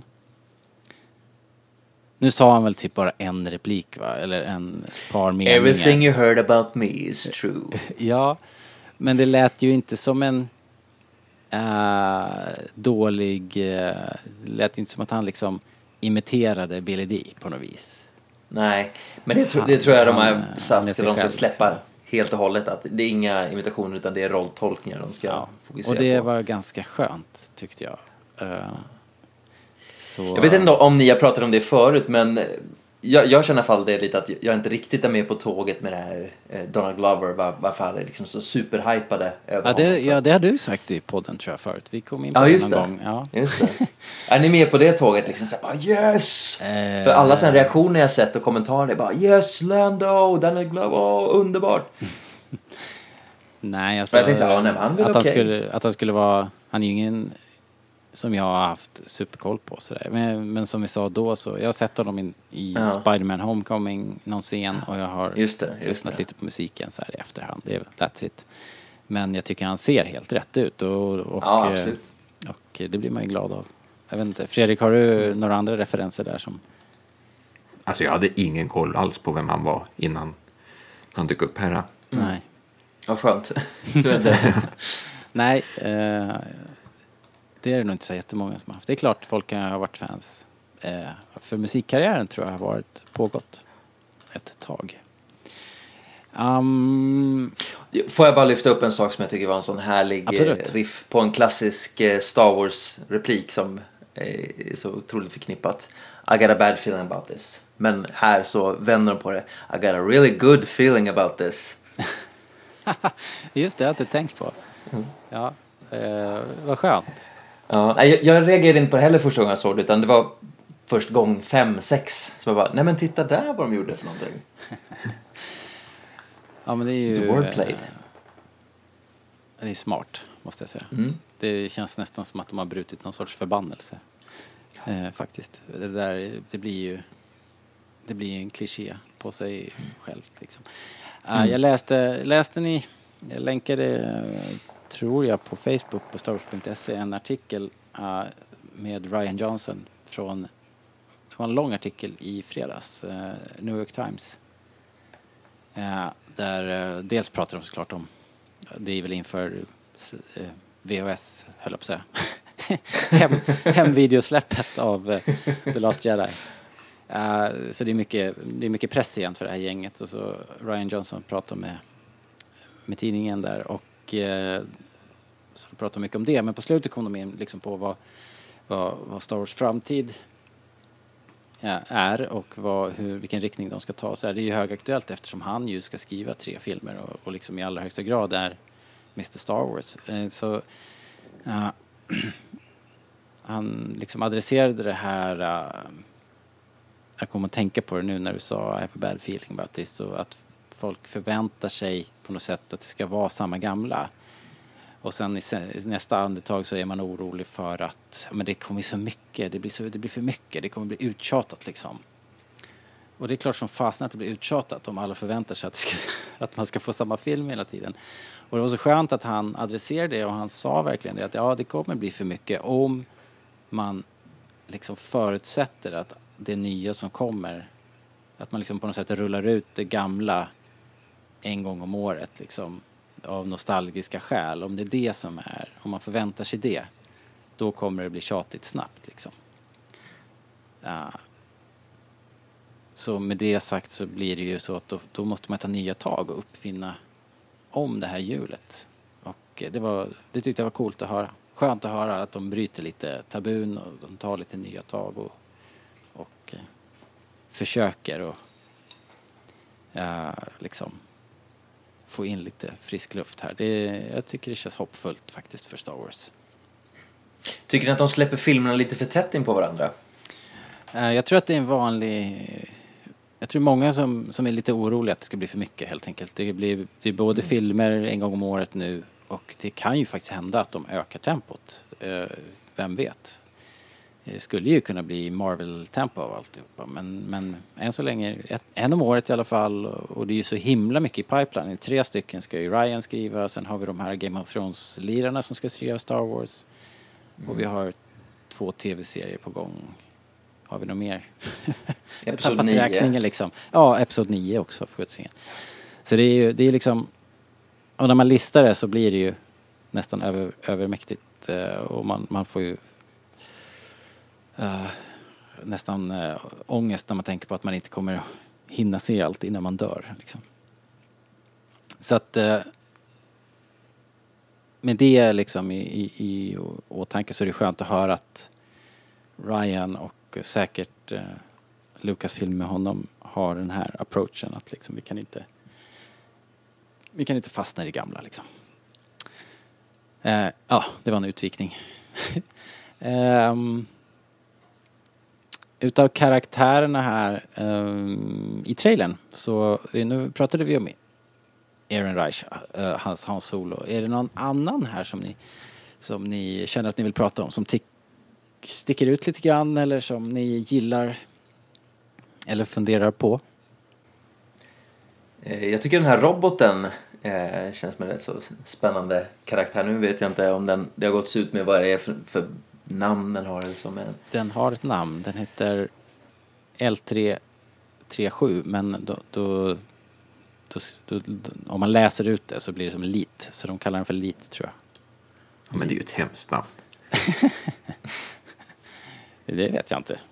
nu sa han väl typ bara en replik va? Eller en par meningar. Everything you heard about me is true. Ja, men det lät ju inte som en uh, dålig uh, det lät ju inte som att han liksom imiterade Billy D på något vis. Nej, men det, tro, det tror jag de har han, satt han till de ska själv, släppa liksom. Helt och hållet att det är inga imitationer utan det är rolltolkningar de ska Ja. fokusera Och det på. var ganska skönt tyckte jag. Uh, så, Jag vet inte om ni har pratat om det förut, men jag, jag känner i alla fall det lite att jag inte riktigt är med på tåget med det här eh, Donald Glover, var, varför han är liksom så superhypade över ja, det, honom. ja, det har du sagt i podden tror jag förut. Vi kom in på Ja, det just någon det. gång. Ja. Just det. Är ni med på det tåget liksom så här, bara yes! Eh, För alla sen reaktioner jag sett och kommentarer är bara yes, Lando, Donald Glover, oh, underbart. Nej, alltså Jag tänkte så här, ja, nej, men han vill att, han okej. skulle, att han skulle vara, han är ju ingen som jag har haft superkoll på sådär. Men, men som vi sa då så, jag har sett honom in, i Ja. Spider-Man Homecoming någon scen och jag har Just det, just lyssnat det. lite på musiken så här i efterhand. Det är that's it. Men jag tycker han ser helt rätt ut och, och, Ja, eh, absolut. och det blir man ju glad av. Jag vet inte, Fredrik, har du några andra referenser där som... Alltså jag hade ingen koll alls på vem han var innan han dök upp här. Nej. Vad skönt. Du är det. Nej, eh, det är det nog inte så jättemånga som har haft. Det är klart folk kan ha varit fans. Eh, för musikkarriären tror jag har varit pågått ett tag. Um, Får jag bara lyfta upp en sak som jag tycker var en sån härlig eh, Absolut. riff på en klassisk eh, Star Wars-replik som är så otroligt förknippat. I got a bad feeling about this. Men här så vänder de på det. I got a really good feeling about this. just det, jag har inte tänkt på. Ja, eh, vad skönt. Ja, nej, jag, jag reagerade inte på det heller första gången jag såg det, utan det var först gång fem, sex. Så jag bara, nej men titta där vad de gjorde för någonting. Ja, men det är ju... It's wordplay. eh, det är smart, måste jag säga. Mm. Det känns nästan som att de har brutit någon sorts förbannelse. Eh, faktiskt. Det där, det blir ju... Det blir ju en kliché på sig självt liksom. Uh, Mm. Jag läste, läste ni, jag länkade, eh, tror jag, på Facebook på Star Wars punkt se en artikel uh, med Ryan Johnson från, det var en lång artikel i fredags, uh, New York Times. Uh, där uh, dels pratar de såklart om, det är väl inför uh, V H S, höll jag på att säga, Hem, hemvideosläppet av uh, The Last Jedi. Uh, så det är mycket, det är mycket press igen för det här gänget och så Ryan Johnson pratar med, med tidningen där och uh, så pratar mycket om det, men på slutet kom de in liksom på vad, vad, vad Star Wars framtid uh, är och vad, hur, vilken riktning de ska ta. Så här, det är ju högaktuellt eftersom han ju ska skriva tre filmer och, och liksom i allra högsta grad är mister Star Wars. Uh, så uh, han liksom adresserade det här. Uh, jag kommer att tänka på det nu när du sa I have a bad feeling about this, så att folk förväntar sig på något sätt att det ska vara samma gamla. Och sen i, i nästa andetag så är man orolig för att men det kommer så mycket, det blir, så, det blir för mycket, det kommer bli uttjatat liksom. Och det är klart som fasen att det blir uttjatat om alla förväntar sig att, det ska, att man ska få samma film hela tiden. Och det var så skönt att han adresserade det och han sa verkligen det att ja, det kommer bli för mycket om man liksom förutsätter att det nya som kommer, att man liksom på något sätt rullar ut det gamla en gång om året liksom, av nostalgiska skäl. Om det är det som är, om man förväntar sig det, då kommer det bli tjatigt snabbt liksom. Uh, så med det sagt så blir det ju så att då, då måste man ta nya tag och uppfinna om det här hjulet. Och det var, det tyckte jag var coolt att höra. Skönt att höra att de bryter lite tabun och de tar lite nya tag och och eh, försöker och eh, liksom få in lite frisk luft här. Det, jag tycker det känns hoppfullt faktiskt för Star Wars. Tycker ni att de släpper filmerna lite för tätt in på varandra? Eh, jag tror att det är en vanlig... Jag tror många som, som är lite oroliga att det ska bli för mycket helt enkelt. Det, blir, det är både mm. filmer en gång om året nu och det kan ju faktiskt hända att de ökar tempot. Eh, vem vet? det skulle ju kunna bli Marvel-tempo av alltihopa. Men, men än så länge, ett, en om året i alla fall. Och det är ju så himla mycket i pipeline. Tre stycken ska ju Ryan skriva. Sen har vi de här Game of Thrones-lirarna som ska skriva Star Wars. Mm. Och vi har två tv-serier på gång. Har vi något mer? Episod nio. Liksom. Ja, Episod nio också för skjutsingen. Så det är ju det är liksom... Och när man listar det så blir det ju nästan över, övermäktigt. Och man, man får ju... Uh, nästan uh, ångest när man tänker på att man inte kommer hinna se allt innan man dör liksom. Så att uh, med det liksom i, i, i åtanke så är det skönt att höra att Ryan och säkert uh, Lucasfilm med honom har den här approachen att liksom vi kan inte vi kan inte fastna i det gamla liksom. Uh, ja, det var en utvikning. um, Utav karaktärerna här um, i trailern så nu pratade vi om Aaron Reich, uh, hans Hans Solo. Är det någon annan här som ni som ni känner att ni vill prata om som t- sticker ut lite grann eller som ni gillar eller funderar på? Jag tycker den här roboten eh, känns som en rätt så spännande karaktär. Nu vet jag inte om den det har gått ut med vad det är för, för namn den har eller som en. Den har ett namn. Den heter L tre trettiosju men då, då, då, då, då om man läser ut det så blir det som lit. Så de kallar den för lit tror jag. Ja, men det är ju ett hemskt namn. Det vet jag inte.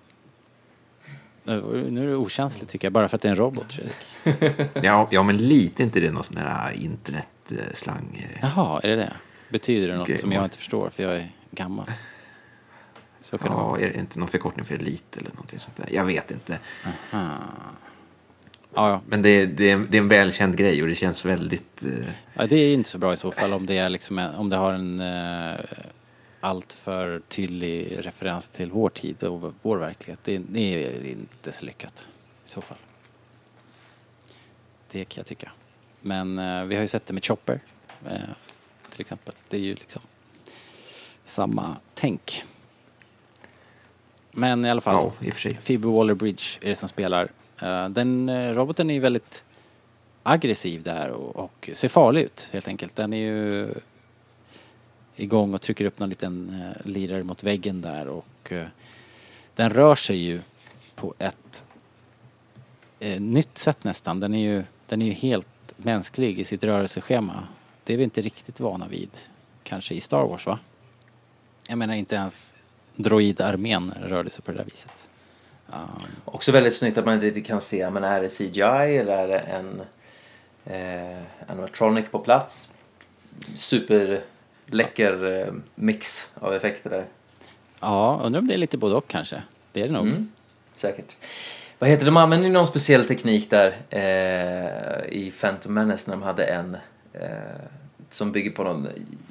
Nu är det okänsligt tycker jag bara för att det är en robot, Fredrik. ja, ja, men lite inte det någon sån här internetslang. Jaha, är det det? Betyder det något okay, som jag inte förstår för jag är gammal? Så kan ja, det vara. Är det inte någon förkortning för elit eller någonting sånt där? Jag vet inte. Aha. Ja, ja. Men det är, det, är, det är en välkänd grej och det känns väldigt... Uh... Ja, det är inte så bra i så fall om det, är liksom en, om det har en uh, allt för tydlig referens till vår tid och vår verklighet. Det, det är inte så lyckat i så fall. Det kan jag tycka. Men uh, vi har ju sett det med Chopper uh, till exempel. Det är ju liksom samma tänk. Men i alla fall, ja, i och för sig. Phoebe Waller-Bridge är det som spelar. Uh, den uh, roboten är ju väldigt aggressiv där och, och ser farlig ut helt enkelt. Den är ju igång och trycker upp någon liten uh, lirare mot väggen där och uh, den rör sig ju på ett uh, nytt sätt nästan. Den är ju, den är ju helt mänsklig i sitt rörelseschema. Det är vi inte riktigt vana vid kanske i Star Wars, va? Jag menar inte ens droidarmén rörde sig på det där viset. Um. Också väldigt snyggt att man inte kan se, men är det C G I eller är det en eh, animatronic på plats? Superläcker eh, mix av effekter där. Ja, undrar om det är lite både och kanske. Det är det nog. Mm, säkert. Vad heter det? De använder ju någon speciell teknik där eh, i Phantom Menace när de hade en eh, som bygger på någon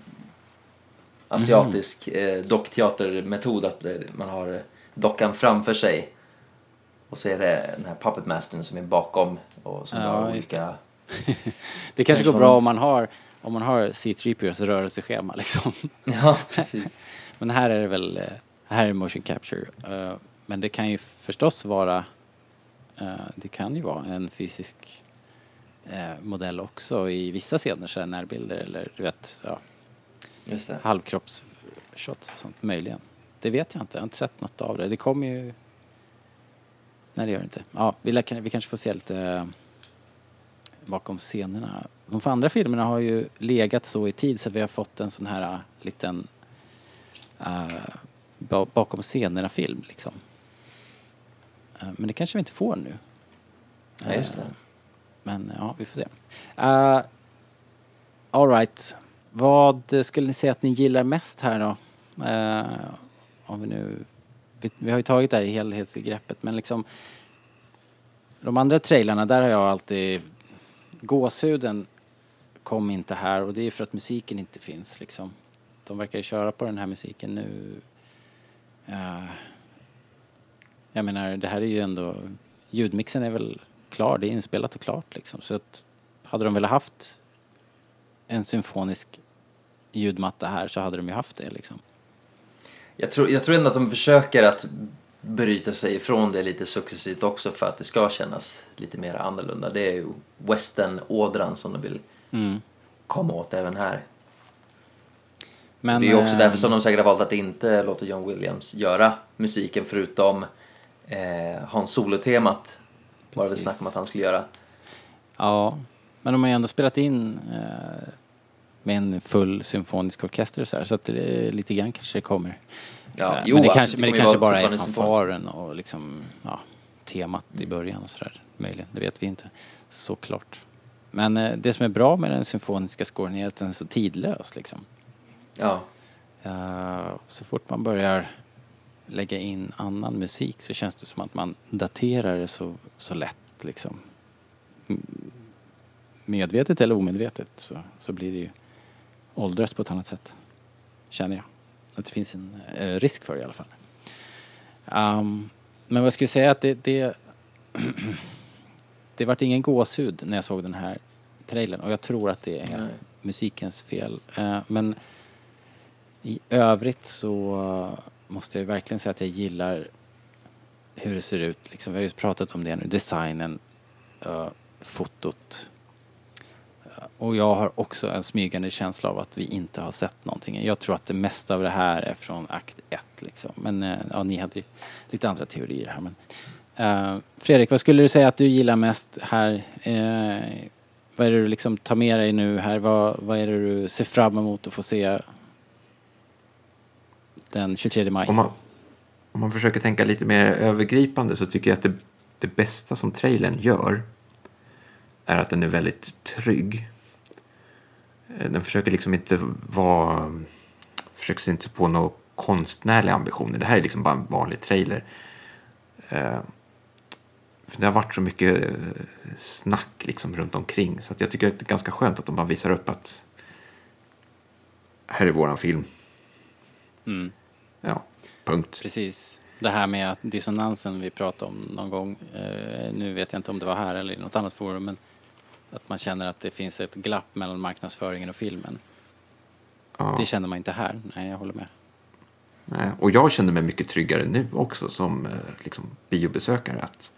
asiatisk eh, dockteatermetod att eh, man har dockan framför sig och så är det den här Puppet Mastern som är bakom och som ja, har olika... det. det kanske går bra om man har om man har C tre P O:s rörelseschema liksom. Ja, precis. Men här är det väl här är motion capture. Uh, men det kan ju förstås vara uh, det kan ju vara en fysisk uh, modell också i vissa scener så här närbilder eller du vet ja. Just det. Halvkroppsshots och sånt möjligen. Det vet jag inte. Jag har inte sett något av det. Det kommer ju... Nej, det gör det inte. Ja, vi, lär, vi kanske får se lite äh, bakom scenerna. De för andra filmerna har ju legat så i tid så att vi har fått en sån här äh, liten äh, bakom scenerna-film liksom. Äh, men det kanske vi inte får nu. Ja, just det. Äh, men ja, vi får se. Uh, all right. Vad skulle ni säga att ni gillar mest här då? Uh, om vi nu vi, vi har ju tagit det här i helhetsgreppet men liksom de andra trailarna där har jag alltid gåshuden kom inte här och det är för att musiken inte finns liksom. De verkar ju köra på den här musiken nu. Uh, jag menar det här är ju ändå ljudmixen är väl klar, det är inspelat och klart liksom så att hade de väl haft en symfonisk ljudmatta här så hade de ju haft det liksom. Jag tror, jag tror ändå att de försöker att bryta sig ifrån det lite successivt också för att det ska kännas lite mer annorlunda. Det är ju western-ådran som de vill mm. komma åt även här. Men, det är ju också äh, därför som de säkert har valt att inte låta John Williams göra musiken förutom eh, Hans Solo-temat. Var det väl snack om att han skulle göra. Ja, men de har ju ändå spelat in eh, med en full symfonisk orkester och så här, så att det lite grann kanske det kommer. Ja, jo, men det kanske, det men det kanske bara är fanfaren och liksom, ja, temat i början och sådär. Möjligen, det vet vi inte. Såklart. Men eh, det som är bra med den symfoniska scoren är att den är så tidlös liksom. Ja. Uh, så fort man börjar lägga in annan musik så känns det som att man daterar det så, så lätt liksom. Medvetet eller omedvetet så, så blir det ju åldras på ett annat sätt. Känner jag. Att det finns en eh, risk för det i alla fall. Um, men vad jag skulle säga att det det, det vart ingen gåshud när jag såg den här trailern. Och jag tror att det är Nej. musikens fel. Uh, men i övrigt så måste jag verkligen säga att jag gillar hur det ser ut. Liksom, vi har ju pratat om det nu. Designen, uh, fotot. Och jag har också en smygande känsla av att vi inte har sett någonting. Jag tror att det mesta av det här är från akt ett. Liksom. Men ja, ni hade ju lite andra teorier här. Men, uh, Fredrik, vad skulle du säga att du gillar mest här? Uh, vad är det du liksom tar med dig nu här? Vad, vad är det du ser fram emot att få se den tjugotredje maj? Om man, om man försöker tänka lite mer övergripande så tycker jag att det, det bästa som trailern gör är att den är väldigt trygg. Den försöker liksom inte vara... Försöker sig inte på några konstnärliga ambitioner. Det här är liksom bara en vanlig trailer. Eh, för det har varit så mycket snack liksom runt omkring. Så att jag tycker att det är ganska skönt att de bara visar upp att här är våran film. Mm. Ja, punkt. Precis. Det här med att dissonansen vi pratade om någon gång. Eh, nu vet jag inte om det var här eller i något annat forum. Men att man känner att det finns ett glapp mellan marknadsföringen och filmen. Ja. Det känner man inte här. Nej, jag håller med. Nej, och jag känner mig mycket tryggare nu också som liksom, biobesökare. Att,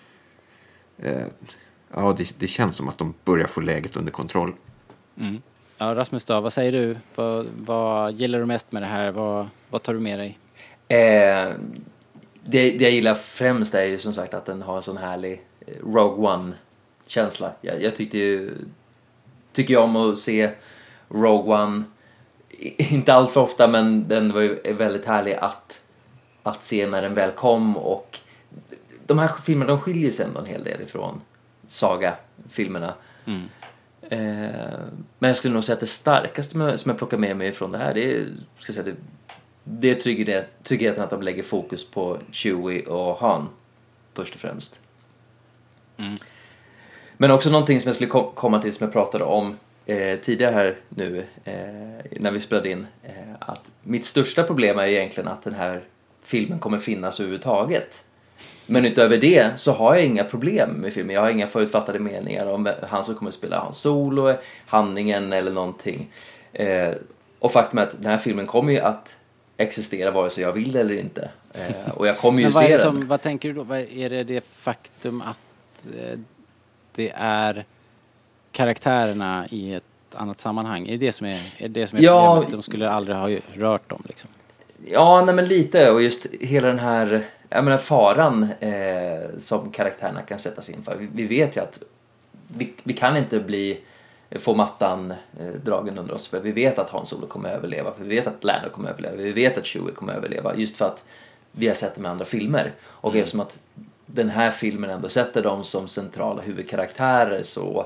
eh, ja, det, det känns som att de börjar få läget under kontroll. Mm. Ja, Rasmus då, vad säger du? Vad, vad gillar du mest med det här? Vad, vad tar du med dig? Eh, det, det jag gillar främst är ju som sagt att den har en sån härlig Rogue One-känsla. Jag, jag tyckte ju, tycker jag om att se Rogue One, inte allt för ofta, men den var ju väldigt härlig att, att se när den väl kom. Och de här filmerna, de skiljer sig ändå en hel del ifrån saga-filmerna. Mm. Eh, men jag skulle nog säga att det starkaste som jag plockar med mig från det här, det är, ska jag säga, det, det är trygghet, tryggheten att de lägger fokus på Chewie och Han först och främst. Mm. Men också någonting som jag skulle kom, komma till som jag pratade om eh, tidigare här nu eh, när vi spelade in, eh, att mitt största problem är egentligen att den här filmen kommer finnas överhuvudtaget. Men utöver det så har jag inga problem med filmen. Jag har inga förutfattade meningar om han som kommer att spela Han Solo, handlingen eller någonting. Eh, och faktum är att den här filmen kommer ju att existera vare sig jag vill eller inte. Eh, och jag kommer ju Men vad se är det den. Som, vad tänker du då? Vad är det det faktum att eh, det är karaktärerna i ett annat sammanhang? Är det som är, är, det som är ja, problemet? De skulle aldrig ha rört dem liksom. Ja, nej men lite. Och just hela den här, jag menar, faran eh, som karaktärerna kan sättas inför. Vi, vi vet ju att vi, vi kan inte bli få mattan eh, dragen under oss. För vi vet att Han Solo kommer att överleva. För vi vet att Lando kommer att överleva. Vi vet att Chewie kommer att överleva. Just för att vi har sett det med andra filmer. Och mm. eftersom att den här filmen ändå sätter dem som centrala huvudkaraktärer, så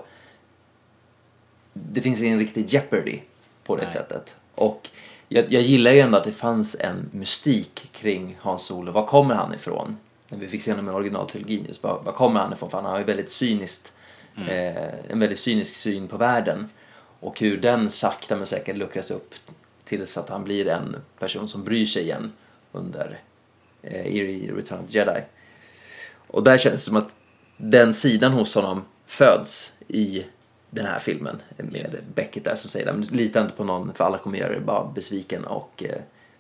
det finns ingen riktig jeopardy på det Nej. sättet. Och jag, jag gillar ju ändå att det fanns en mystik kring Han Solo. Var kommer han ifrån? När vi fick se honom i originaltrilogin, just var, var kommer han ifrån? För han har ju väldigt cyniskt, mm. eh, en väldigt cynisk syn på världen. Och hur den sakta men säkert luckras upp tills att han blir en person som bryr sig igen under eh, i Return of the Jedi. Och där känns det som att den sidan hos honom föds i den här filmen med yes. Beckett där som säger det. Lita inte på någon, för alla kommer göra det bara besviken och eh,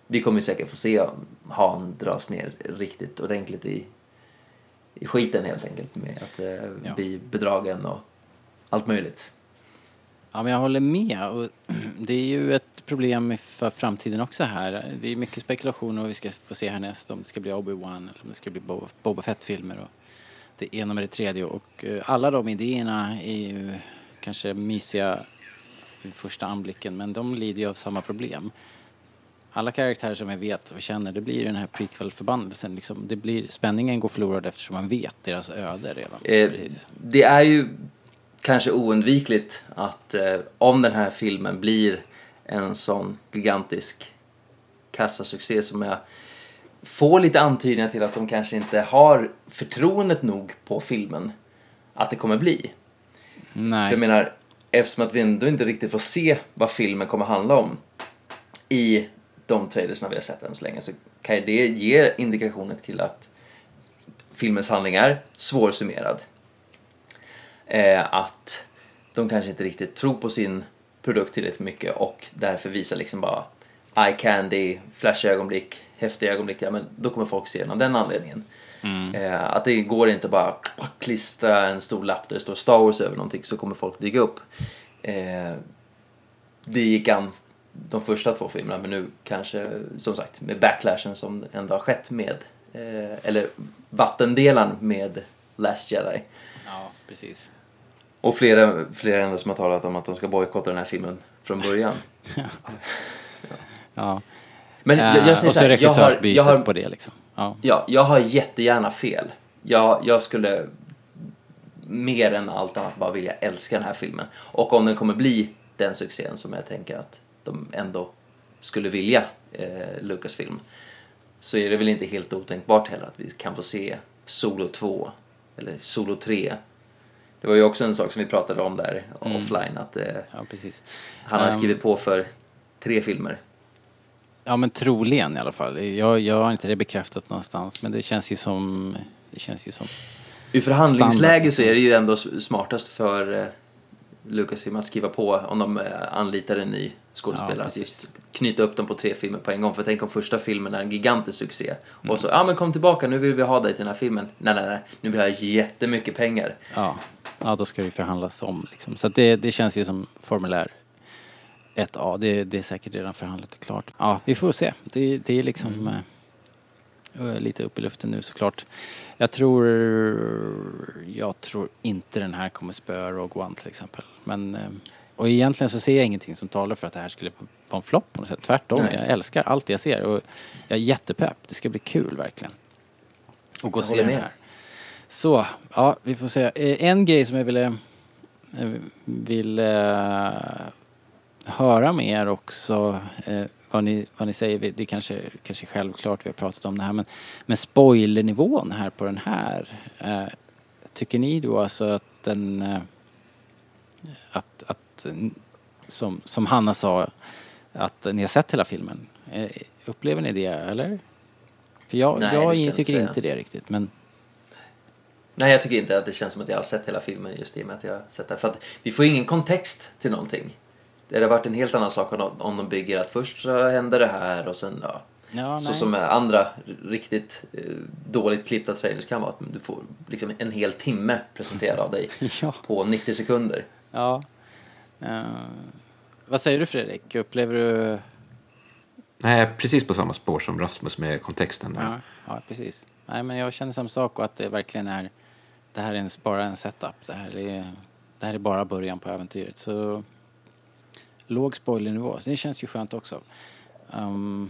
vi kommer säkert få se han dras ner riktigt ordentligt i, i skiten helt enkelt med att eh, Ja. bli bedragen och allt möjligt. Ja, men jag håller med. Och det är ju ett problem för framtiden också här. Det är mycket spekulation och vi ska få se härnäst om det ska bli Obi-Wan eller om det ska bli Boba, Boba Fett-filmer och det ena med det tredje. Och eh, alla de idéerna är ju kanske mysiga vid första anblicken, men de lider ju av samma problem. Alla karaktärer som jag vet och känner, det blir den här prequel-förbannelsen. Liksom, det blir, spänningen går förlorad eftersom man vet deras öde redan. Eh, Precis. det är ju kanske oundvikligt att eh, om den här filmen blir en sån gigantisk kassasuccé som jag får lite antydningar till att de kanske inte har förtroendet nog på filmen att det kommer bli. Nej. För jag menar, eftersom att vi ändå inte riktigt får se vad filmen kommer handla om i de trailersna vi har sett än så länge, så kan ju det ge indikationer till att filmens handling är svårsummerad. Eh, att de kanske inte riktigt tror på sin produkt tillräckligt mycket och därför visar liksom bara eye candy, flash-ögonblick, häftiga ögonblick, ja, men då kommer folk se den av den anledningen. Mm. Eh, att det går inte bara klistra en stor lapp där det står Star Wars över någonting så kommer folk dyka upp. Eh, det gick an de första två filmerna, men nu kanske, som sagt, med backlashen som ändå har skett med eh, eller vattendelan med Last Jedi. Ja, precis. Och flera, flera ändå som har talat om att de ska bojkotta den här filmen från början. Ja. Men jag, jag Eh, säger och så så här, jag har, regissörsbytet jag har, på det liksom. Ja. ja, jag har jättegärna fel. Jag, jag skulle mer än allt annat bara vilja älska den här filmen. Och om den kommer bli den succén som jag tänker att de ändå skulle vilja, eh, Lucasfilm, så är det väl inte helt otänkbart heller att vi kan få se Solo två eller Solo tre. Det var ju också en sak som vi pratade om där Mm. offline, att eh, Ja, precis. han har Ehm, skrivit på för tre filmer. Ja, men troligen i alla fall. Jag, jag har inte det bekräftat någonstans, men det känns ju som... Det känns ju som... Ur förhandlingsläge standard. så är det ju ändå smartast för eh, Lucasfilm att skriva på om de eh, anlitar en ny skådespelare, Ja, att precis. just knyta upp dem på tre filmer på en gång. För tänk om första filmen är en gigantisk succé och så, ja ah, men kom tillbaka, nu vill vi ha dig till den här filmen. Nej, nej, nej, nu vill jag ha jättemycket pengar. Ja, ja då ska det ju förhandlas om liksom. Så att det, det känns ju som formulär ett A. Det, det är säkert redan förhandlat och klart. Ja, vi får se. Det, det är liksom Mm. eh, lite upp i luften nu såklart. Jag tror jag tror inte den här kommer spöa Rogue One till exempel. Men, eh, och egentligen så ser jag ingenting som talar för att det här skulle vara en flopp på något sätt. Tvärtom, Nej. jag älskar allt jag ser och jag är jättepepp. Det ska bli kul verkligen. Och gå och Jag se håller den med. här. Så, ja, vi får se. Eh, En grej som jag ville eh, vill eh, höra med er också, eh, vad, ni, vad ni säger, det är kanske, kanske självklart vi har pratat om det här, men, men spoilernivån här på den här, eh, tycker ni då alltså att den, eh, att, att som, som Hanna sa, att ni har sett hela filmen, eh, upplever ni det eller? För jag, Nej, det ska jag jag inte tycker säga. inte det riktigt, men Nej, jag tycker inte att det känns som att jag har sett hela filmen just i och med att jag har sett det. För att vi får ingen kontext till någonting. Det hade varit en helt annan sak om, om de bygger att först så händer det här och sen, ja. ja, Så nej. som andra riktigt eh, dåligt klippta trailers kan vara, att du får liksom en hel timme presenterad av dig Ja. på nittio sekunder. Ja. Uh, vad säger du Fredrik? Upplever du... Nej, precis på samma spår som Rasmus med kontexten där. Ja, ja, precis. Nej, men jag känner samma sak och att det verkligen är... Det här är en, bara en setup. Det här, är, det här är bara början på äventyret. Så låg spoilernivå. Så det känns ju skönt också. Um,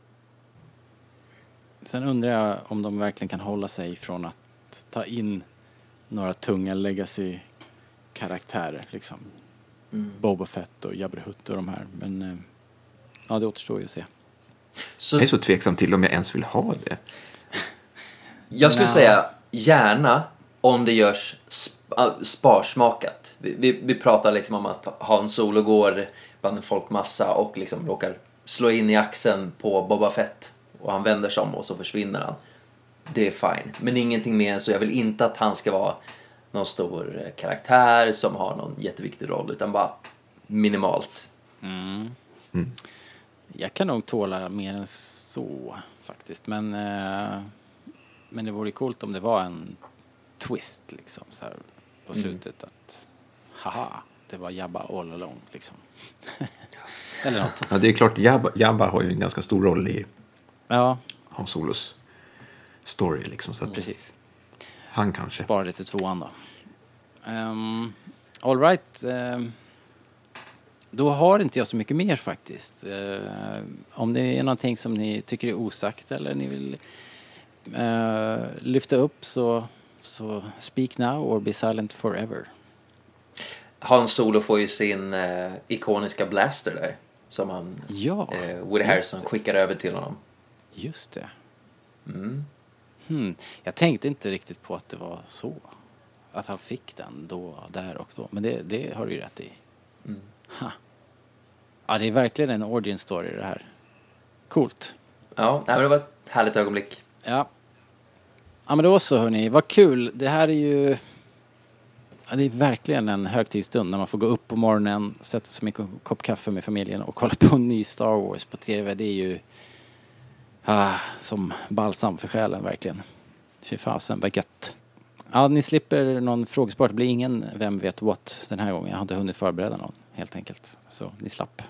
sen undrar jag om de verkligen kan hålla sig från att ta in några tunga legacy-karaktärer. Liksom. Mm. Boba Fett och Jabba the Hutt och de här. Men eh, ja, det återstår ju att se. Så Jag är så tveksam till om jag ens vill ha det. jag skulle Nja. säga gärna om det görs sp- sparsmakat. Vi, vi, vi pratar liksom om att Han Solo går bland en folkmassa och liksom råkar slå in i axeln på Boba Fett och han vänder sig om och så försvinner han. Det är fine. Men ingenting mer än så. Jag vill inte att han ska vara någon stor karaktär som har någon jätteviktig roll, utan bara minimalt. Mm. Mm. Jag kan nog tåla mer än så faktiskt. Men, eh, men det vore coolt om det var en twist liksom så här på slutet. Mm. Att haha, det var Jabba all along liksom. Eller något. Ja, det är klart, Jabba, Jabba har ju en ganska stor roll i ja. Han Solos story liksom. Så att precis. Han kanske. Spara det till tvåan då. Um, all right. Um, då har inte jag så mycket mer faktiskt. Uh, om det är någonting som ni tycker är osagt eller ni vill uh, lyfta upp så, så speak now or be silent forever. Han Solo får ju sin uh, ikoniska blaster där som han ja, uh, Woody Harrelson skickar över till honom. Just det. Mm. Hmm. Jag tänkte inte riktigt på att det var så. Att han fick den då, där och då. Men det, det har du ju rätt i. Mm. Ha. Ja, det är verkligen en origin story det här. Coolt. Ja, det var ett härligt ögonblick. Ja. Ja, men då så hörni. Vad kul. Det här är ju... Ja, det är verkligen en högtidsstund när man får gå upp på morgonen, sätta sig med en kopp kaffe med familjen och kolla på en ny Star Wars på tv. Det är ju ah, som balsam för själen verkligen. Fy fasen, vad gött. Ja, ni slipper någon frågesport. Det blir ingen Vem vet what den här gången. Jag har inte hunnit förbereda någon, helt enkelt. Så ni slapp.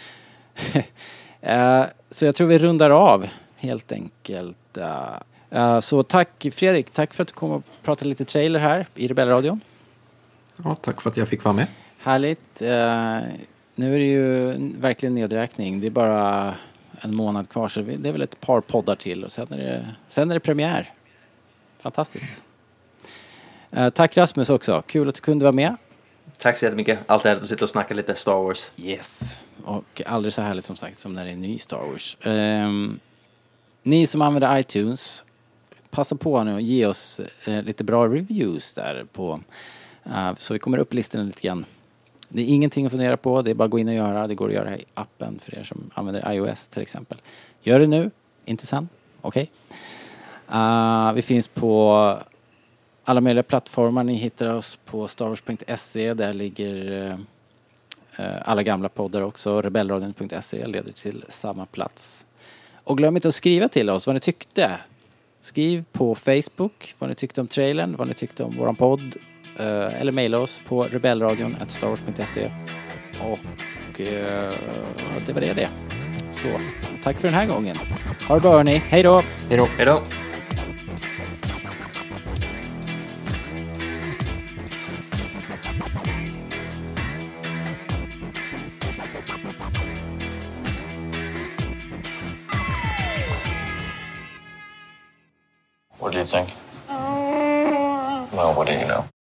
uh, så jag tror vi rundar av, helt enkelt. Uh, uh, så tack Fredrik, tack för att du kom och pratade lite trailer här i Rebellradion. Ja, tack för att jag fick vara med. Härligt. Uh, nu är det ju verkligen nedräkning. Det är bara en månad kvar, så det är väl ett par poddar till. Och sen är det, sen är det premiär. Fantastiskt. Uh, tack Rasmus också. Kul att du kunde vara med. Tack så jättemycket. Alltid härligt att sitta och snacka lite Star Wars. Yes. Och aldrig så härligt som sagt som när det är ny Star Wars. Um, ni som använder iTunes, passa på nu och ge oss uh, lite bra reviews där på. Uh, så vi kommer upp listan lite grann. Det är ingenting att fundera på. Det är bara att gå in och göra. Det går att göra i appen för er som använder iOS till exempel. Gör det nu. Inte sen. Okej. Okay. Uh, vi finns på alla möjliga plattformar. Ni hittar oss på starwars punkt se. Där ligger uh, alla gamla poddar också. rebellradion punkt se leder till samma plats. Och glöm inte att skriva till oss vad ni tyckte. Skriv på Facebook vad ni tyckte om trailern, vad ni tyckte om våran podd. Uh, eller mejla oss på rebellradion at starwars punkt se. Och uh, det var det det. Så, tack för den här gången. Ha det bra hörni. Hej då! Hej då! Hej då! What do you think? Well, what do you know?